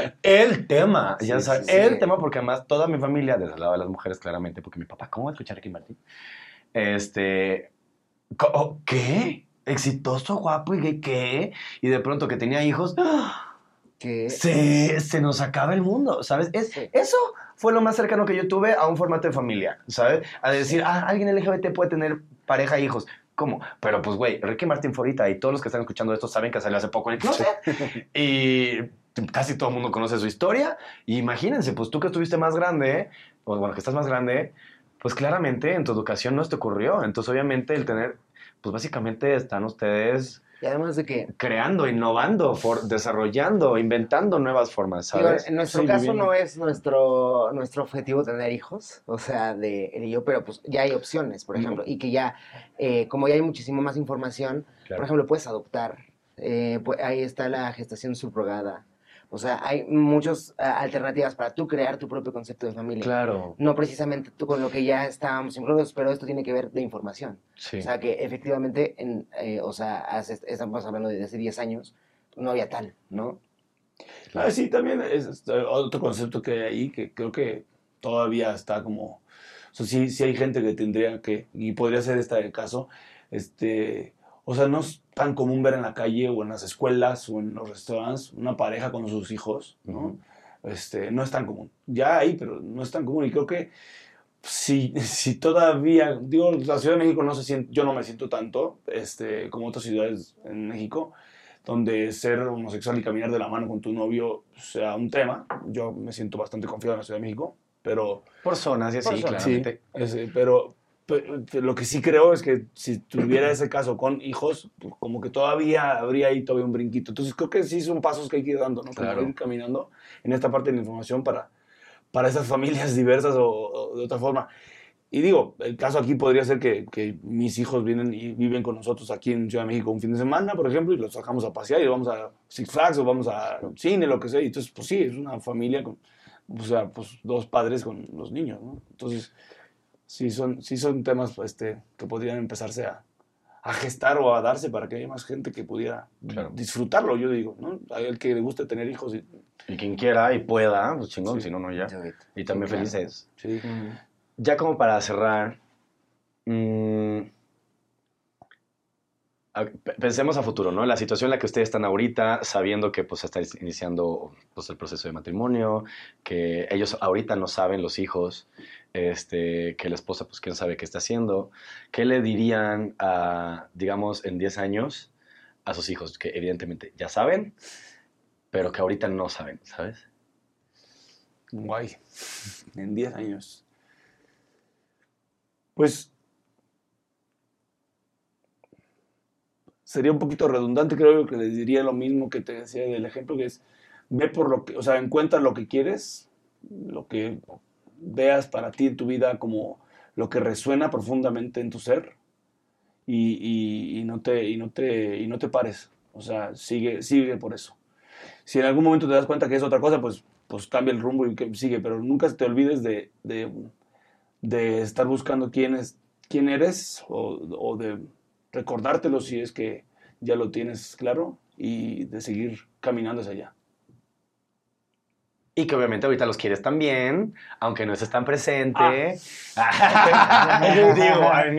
el tema, ya Sí, sabes, sí, sí. el tema, porque además toda mi familia, desde el lado de las mujeres claramente, porque mi papá, ¿cómo va a escuchar Ricky Martin? Este, co- oh, ¿qué? Exitoso, guapo y gay, ¿qué? Y de pronto que tenía hijos, Que se, se nos acaba el mundo, ¿sabes? Es, Sí. Eso fue lo más cercano que yo tuve a un formato de familia, ¿sabes? A decir, ah, alguien L G B T puede tener pareja e hijos. ¿Cómo? Pero pues, güey, Ricky Martin fue ahorita y todos los que están escuchando esto saben que salió hace poco en el closet. Y casi todo el mundo conoce su historia. Y imagínense, pues tú que estuviste más grande, o bueno, que estás más grande, pues claramente en tu educación no te ocurrió. Entonces, obviamente, el tener, pues básicamente están ustedes y además de que creando, innovando, for- desarrollando, inventando nuevas formas, digo, ¿sabes? en nuestro Sí, caso viviendo. no es nuestro, nuestro objetivo tener hijos, o sea, de él y yo, pero pues ya hay opciones, por ejemplo, y que ya, eh, como ya hay muchísimo más información, Claro. por ejemplo, puedes adoptar, eh, pu- ahí está la gestación subrogada, o sea, hay muchas ah, alternativas para tú crear tu propio concepto de familia. Claro, No precisamente tú con lo que ya estábamos incluidos, pero esto tiene que ver de información. sí. O sea, que efectivamente, en, eh, o sea, hace- estamos hablando de hace diez años, no había tal, ¿no? Ah, sí, también es este, otro concepto que hay ahí que creo que todavía está como... O sea, sí, sí hay gente que tendría que, y podría ser este el caso, este, o sea, no es tan común ver en la calle o en las escuelas o en los restaurantes una pareja con sus hijos, ¿no? Ujú. Este, no es tan común. Ya hay, pero no es tan común. Y creo que si, si todavía, digo, la Ciudad de México no se siente, yo no me siento tanto, este, como otras ciudades en México, donde ser homosexual y caminar de la mano con tu novio sea un tema. Yo me siento bastante confiado en la Ciudad de México, pero... Por zonas y así, Por zonas. claramente. Ese, pero, pero lo que sí creo es que si tuviera ese caso con hijos, pues como que todavía habría ahí todavía un brinquito. Entonces creo que sí son pasos que hay que ir dando, ¿no? Como Claro. ir caminando en esta parte de la información para, para esas familias diversas o, o de otra forma. y digo, el caso aquí podría ser que, que mis hijos vienen y viven con nosotros aquí en Ciudad de México un fin de semana, por ejemplo, y los sacamos a pasear y vamos a Six Flags o vamos a cine, lo que sea. Y entonces, pues sí, es una familia con, o sea, pues dos padres con los niños, ¿no? Entonces, sí son, sí son temas este, que podrían empezarse a, a gestar o a darse para que haya más gente que pudiera Claro. disfrutarlo, yo digo, ¿no? A el que le guste tener hijos. Y, Y quien quiera y pueda, pues chingón, Sí. si no, no ya. Do it. Y también Sí, claro. felices. sí. Ya como para cerrar, mmm, a- pe- pensemos a futuro, ¿no? La situación en la que ustedes están ahorita, sabiendo que pues está iniciando pues, el proceso de matrimonio, que ellos ahorita no saben, los hijos, este, que la esposa pues quién sabe qué está haciendo, ¿qué le dirían a, digamos, en diez años a sus hijos? Que evidentemente ya saben, pero que ahorita no saben, ¿sabes? Guay. En diez años. Pues sería un poquito redundante, creo que les diría lo mismo que te decía del ejemplo, que es ve por lo que, o sea, encuentra lo que quieres, lo que veas para ti en tu vida como lo que resuena profundamente en tu ser y, y- y no te, y, no te, y no te pares, o sea, sigue, sigue por eso. Si en algún momento te das cuenta que es otra cosa, pues, pues cambia el rumbo y que sigue, pero nunca te olvides de, de, de estar buscando quién, es, quién eres o, o de recordártelo si es que ya lo tienes claro y de seguir caminando hacia allá. Y que obviamente ahorita los quieres también, aunque no estés tan presente. Digo, I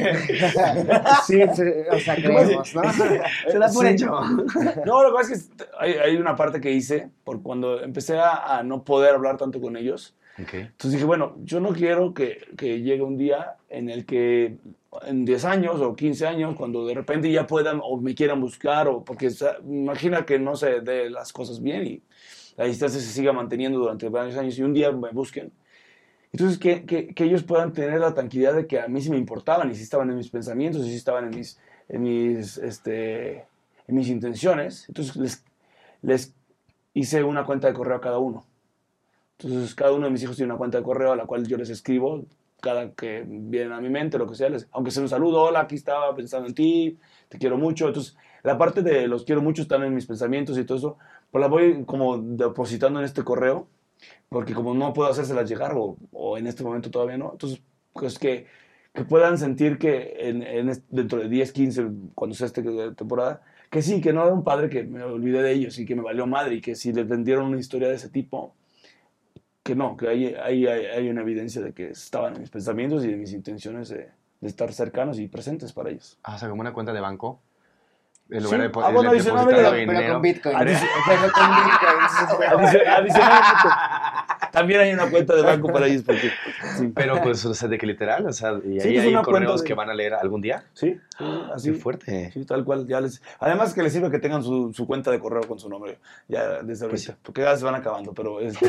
mean. Sí, sí, o sea, creemos, ¿no? Se da por Sí. hecho. No, lo que pasa es que hay, hay una parte que hice por cuando empecé a, a no poder hablar tanto con ellos. Ok. Entonces dije, bueno, yo no quiero que, que llegue un día en el que en diez años o quince años, cuando de repente ya puedan o me quieran buscar, o porque o sea, imagina que no se dé las cosas bien y la distancia se siga manteniendo durante varios años y un día me busquen. Entonces, que, que, que ellos puedan tener la tranquilidad de que a mí sí me importaban y sí estaban en mis pensamientos y sí estaban en mis, en mis, este, en mis intenciones. Entonces, les, les hice una cuenta de correo a cada uno. Entonces, cada uno de mis hijos tiene una cuenta de correo a la cual yo les escribo cada que vienen a mi mente, lo que sea, les, aunque sea un saludo, hola, aquí estaba pensando en ti, te quiero mucho. Entonces, la parte de los quiero mucho están en mis pensamientos y todo eso, pues la voy como depositando en este correo, porque como no puedo hacérselas llegar, o, o en este momento todavía no, entonces, pues que, que puedan sentir que en, en este, dentro de diez, quince, cuando sea esta temporada, que sí, que no era un padre que me olvidé de ellos y que me valió madre, y que si les vendieron una historia de ese tipo, que no, que hay, hay, hay, hay una evidencia de que estaban en mis pensamientos y de mis intenciones de, de estar cercanos y presentes para ellos. Ah, o sea, como una cuenta de banco. En Sí. lugar de po- Ah, bueno, de adicionalmente, depositarlo Pero, dinero. pero con Bitcoin. Adici- Pero con Bitcoin. Adici- Adicionalmente, también hay una cuenta de banco para ellos porque... Sí, Pero pues, o sea, de que literal, o sea, y Sí, ahí pues, hay una correos cuenta de- que van a leer algún día. sí, sí, así. Qué fuerte. Sí, tal cual. Ya les, además que les sirve que tengan su, su cuenta de correo con su nombre ya desde Pues ahorita, porque ya se van acabando, pero... este,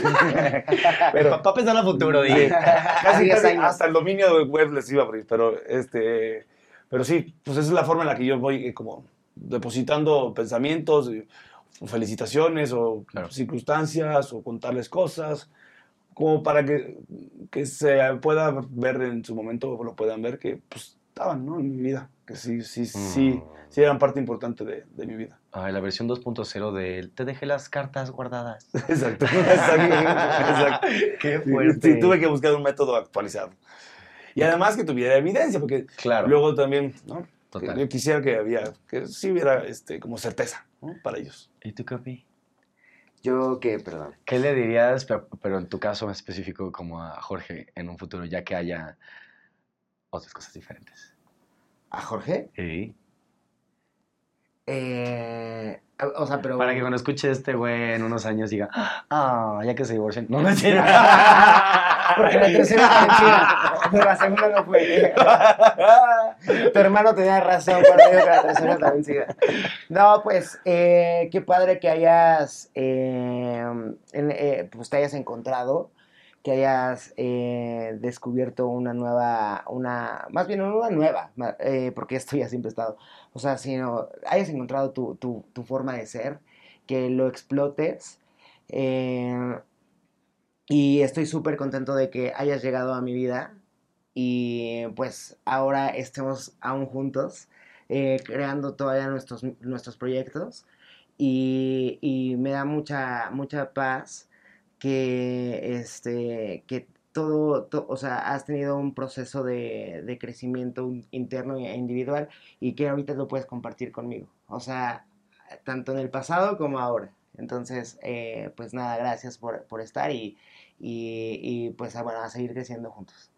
Pero para pensar a futuro, sí, di. casi, diez casi años. hasta el dominio web les iba a abrir, pero este, pero sí, pues esa es la forma en la que yo voy eh, como depositando pensamientos, eh, o felicitaciones o Claro. circunstancias o contarles cosas, como para que, que se pueda ver en su momento, lo puedan ver que pues estaban, ¿no? En mi vida, que sí, sí, sí, sí eran parte importante de, de mi vida. Ay, la versión dos punto cero de te dejé las cartas guardadas. Exacto, exacto, exacto. Qué Sí, fuerte. sí, tuve que buscar un método actualizado. Y además que tuviera evidencia, porque Claro. luego también, ¿no? Total. Que yo quisiera que había, que sí hubiera este, como certeza, ¿no? Para ellos. ¿Y tú, Capi? Yo que, perdón. ¿Qué le dirías, pero, pero en tu caso específico, como a Jorge, en un futuro, ya que haya otras cosas diferentes? ¿A Jorge? Sí. Eh, o sea, pero... Para que cuando escuche este güey en unos años diga, ah, ya que se divorcien. No, no es cierto. Porque la tercera está vencida. Pero la segunda no fue. Tu hermano tenía razón cuando dijo que la tercera está vencida. No, pues, eh, qué padre que hayas, eh, en- eh, pues te hayas encontrado, que hayas eh, descubierto una nueva, una, más bien una nueva, ma- eh, porque esto ya siempre ha estado, o sea, sino hayas encontrado tu, tu, tu forma de ser, que lo explotes. eh, y estoy súper contento de que hayas llegado a mi vida y pues ahora estemos aún juntos, eh, creando todavía nuestros, nuestros proyectos y, y me da mucha, mucha paz que, este, que todo, to- o sea, has tenido un proceso de, de crecimiento interno e individual y que ahorita lo puedes compartir conmigo, o sea, tanto en el pasado como ahora. Entonces, eh, pues nada, gracias por, por estar y, y, y, pues a, bueno, a seguir creciendo juntos.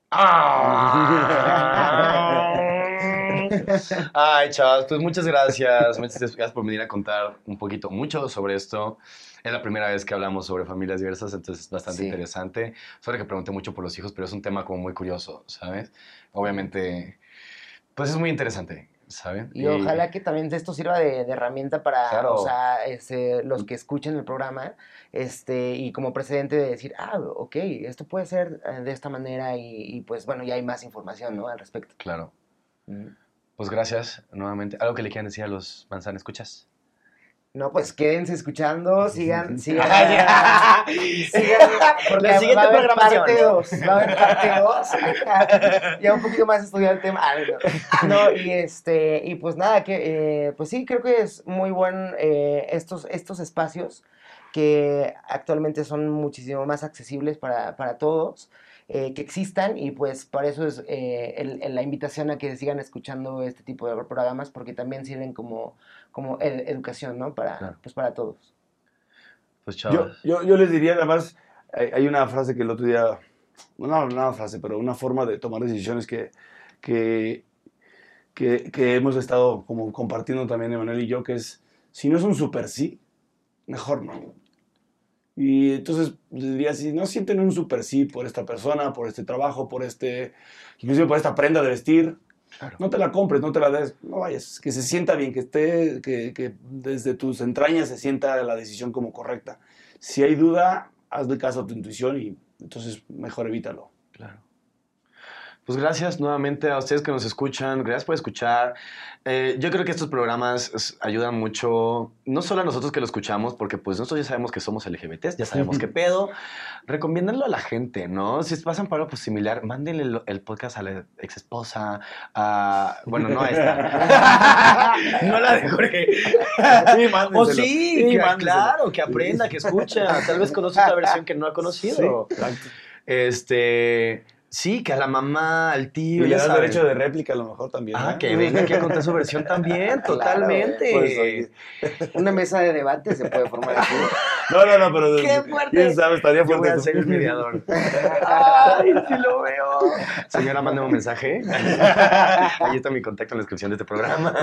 Ay, chavos, pues muchas gracias. Muchas gracias por venir a contar un poquito, mucho sobre esto. Es la primera vez que hablamos sobre familias diversas, entonces es bastante Sí. interesante. Solo que pregunté mucho por los hijos, pero es un tema como muy curioso, ¿sabes? Obviamente, pues es muy interesante, ¿saben? Y ojalá que también esto sirva de, de herramienta para, Claro. o sea, este, los que escuchen el programa, este, y como precedente de decir, ah, ok, esto puede ser eh, de esta manera y, y, pues bueno, ya hay más información, ¿no? Al respecto. Claro. Ujú. Pues gracias nuevamente. ¿Algo que le quieran decir a los manzana escuchas? No, pues quédense escuchando, sigan, sigan. Ah, ya. sigan porque La siguiente va a haber programación. parte dos, va a haber parte dos. Ya un poquito más estudiado el tema. Ah, no. No, y este, y pues nada, que eh, pues sí, creo que es muy buen eh, estos, estos espacios que actualmente son muchísimo más accesibles para, para todos, eh, que existan y pues para eso es eh, el- el- la invitación a que sigan escuchando este tipo de programas porque también sirven como, como ed- educación, ¿no? Para, Claro. pues para todos. Pues Yo, chavos. yo, yo les diría, además, hay, hay una frase que el otro día, no una frase, pero una forma de tomar decisiones que, que, que, que hemos estado como compartiendo también Emanuel y yo, que es, si no es un super sí, mejor no. Y entonces les diría, si no sienten un super sí por esta persona, por este trabajo, por este, inclusive por esta prenda de vestir, Claro. no te la compres, no te la des, no vayas, que se sienta bien, que esté, que, que desde tus entrañas se sienta la decisión como correcta. Si hay duda, hazle caso a tu intuición y entonces mejor evítalo. Claro. Pues gracias nuevamente a ustedes que nos escuchan, gracias por escuchar. Eh, yo creo que estos programas es- ayudan mucho, no solo a nosotros que lo escuchamos, porque pues nosotros ya sabemos que somos L G B Ts, ya sabemos qué pedo. Recomiéndenlo a la gente, ¿no? Si pasan por algo pues, similar, mándenle el, el podcast a la ex esposa, a... Bueno, no a esta. No la de Jorge. Sí, O mándenselo. sí, Sí, que- mándenselo. claro, que aprenda, que escucha. Tal vez conoce otra versión que no ha conocido. Sí, exacto. Este, sí, que a la mamá, al tío, Y le ya das saben. derecho de réplica a lo mejor también. Ah, ¿eh? que venga aquí a contar su versión también, totalmente. Pues, oye. Una mesa de debate se puede formar aquí. No, no, no, pero ¡Qué fuerte! quién sabe, estaría Yo voy fuerte a eso. ser el mediador. Ay, sí lo veo. Señora, mándame un mensaje. Ahí está mi contacto en la descripción de este programa.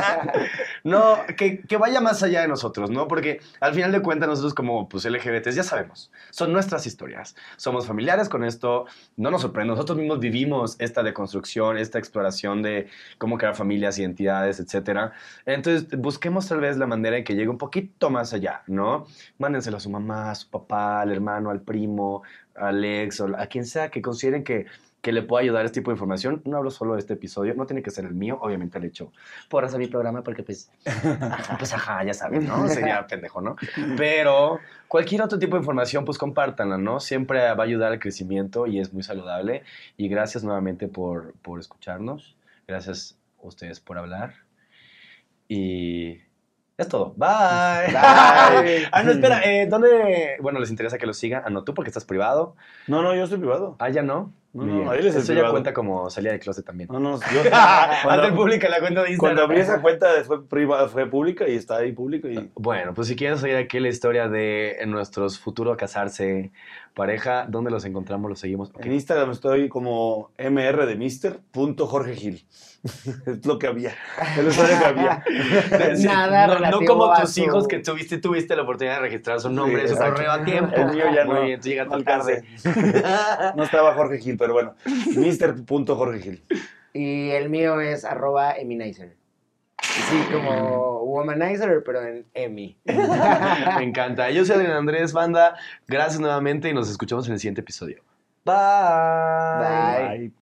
No, que, que vaya más allá de nosotros, ¿no? Porque al final de cuentas nosotros como pues, L G B Ts ya sabemos, son nuestras historias. Somos familiares con esto, no nos sorprende. Nosotros mismos vivimos esta deconstrucción, esta exploración de cómo crear familias, identidades, etcétera. Entonces busquemos tal vez la manera en que llegue un poquito más allá, ¿no? Mándenselo a su mamá, a su papá, al hermano, al primo, al ex, o a quien sea que consideren que, que le pueda ayudar este tipo de información. No hablo solo de este episodio, no tiene que ser el mío, obviamente el hecho por hacer mi programa porque pues, ajá, pues ajá, ya saben, ¿no? Sería pendejo, ¿no? Pero cualquier otro tipo de información, pues compártanla, ¿no? Siempre va a ayudar al crecimiento y es muy saludable. Y gracias nuevamente por, por escucharnos. Gracias a ustedes por hablar. Y... es todo. Bye. Bye. Ah, no, espera. Eh, ¿Dónde? Bueno, les interesa que lo sigan. Ah, no, tú porque estás privado. No, no, yo estoy privado. Ah, ya no. No, Muy no, bien. él es el Eso ya privado. cuenta como salida de closet también. No, no, yo, Hazte cuando, pública la cuenta de Instagram. cuando abrí esa cuenta fue, priva- fue pública y está ahí público. Y, Bueno, pues si quieren oír aquí la historia de nuestros futuros casarse pareja, ¿dónde los encontramos? ¿Los seguimos? Ok. en Instagram estoy como mr de mister punto jorge gil. Es lo que había. Es la historia que había. Sí, Nada no, no relativo como a tus su- hijos que tuviste, tuviste la oportunidad de registrar su nombre, Sí, su exacto. correo a tiempo. El mío ya Muy no, bien, tú llegaste no tarde. alcancé. No estaba Jorge Gil, pero bueno. mister punto jorge gil. Y el mío es arroba eminizer. Sí, como womanizer, pero en Emi. Me encanta. Yo soy Adrián Andrés, banda. Gracias nuevamente y nos escuchamos en el siguiente episodio. Bye. Bye. Bye.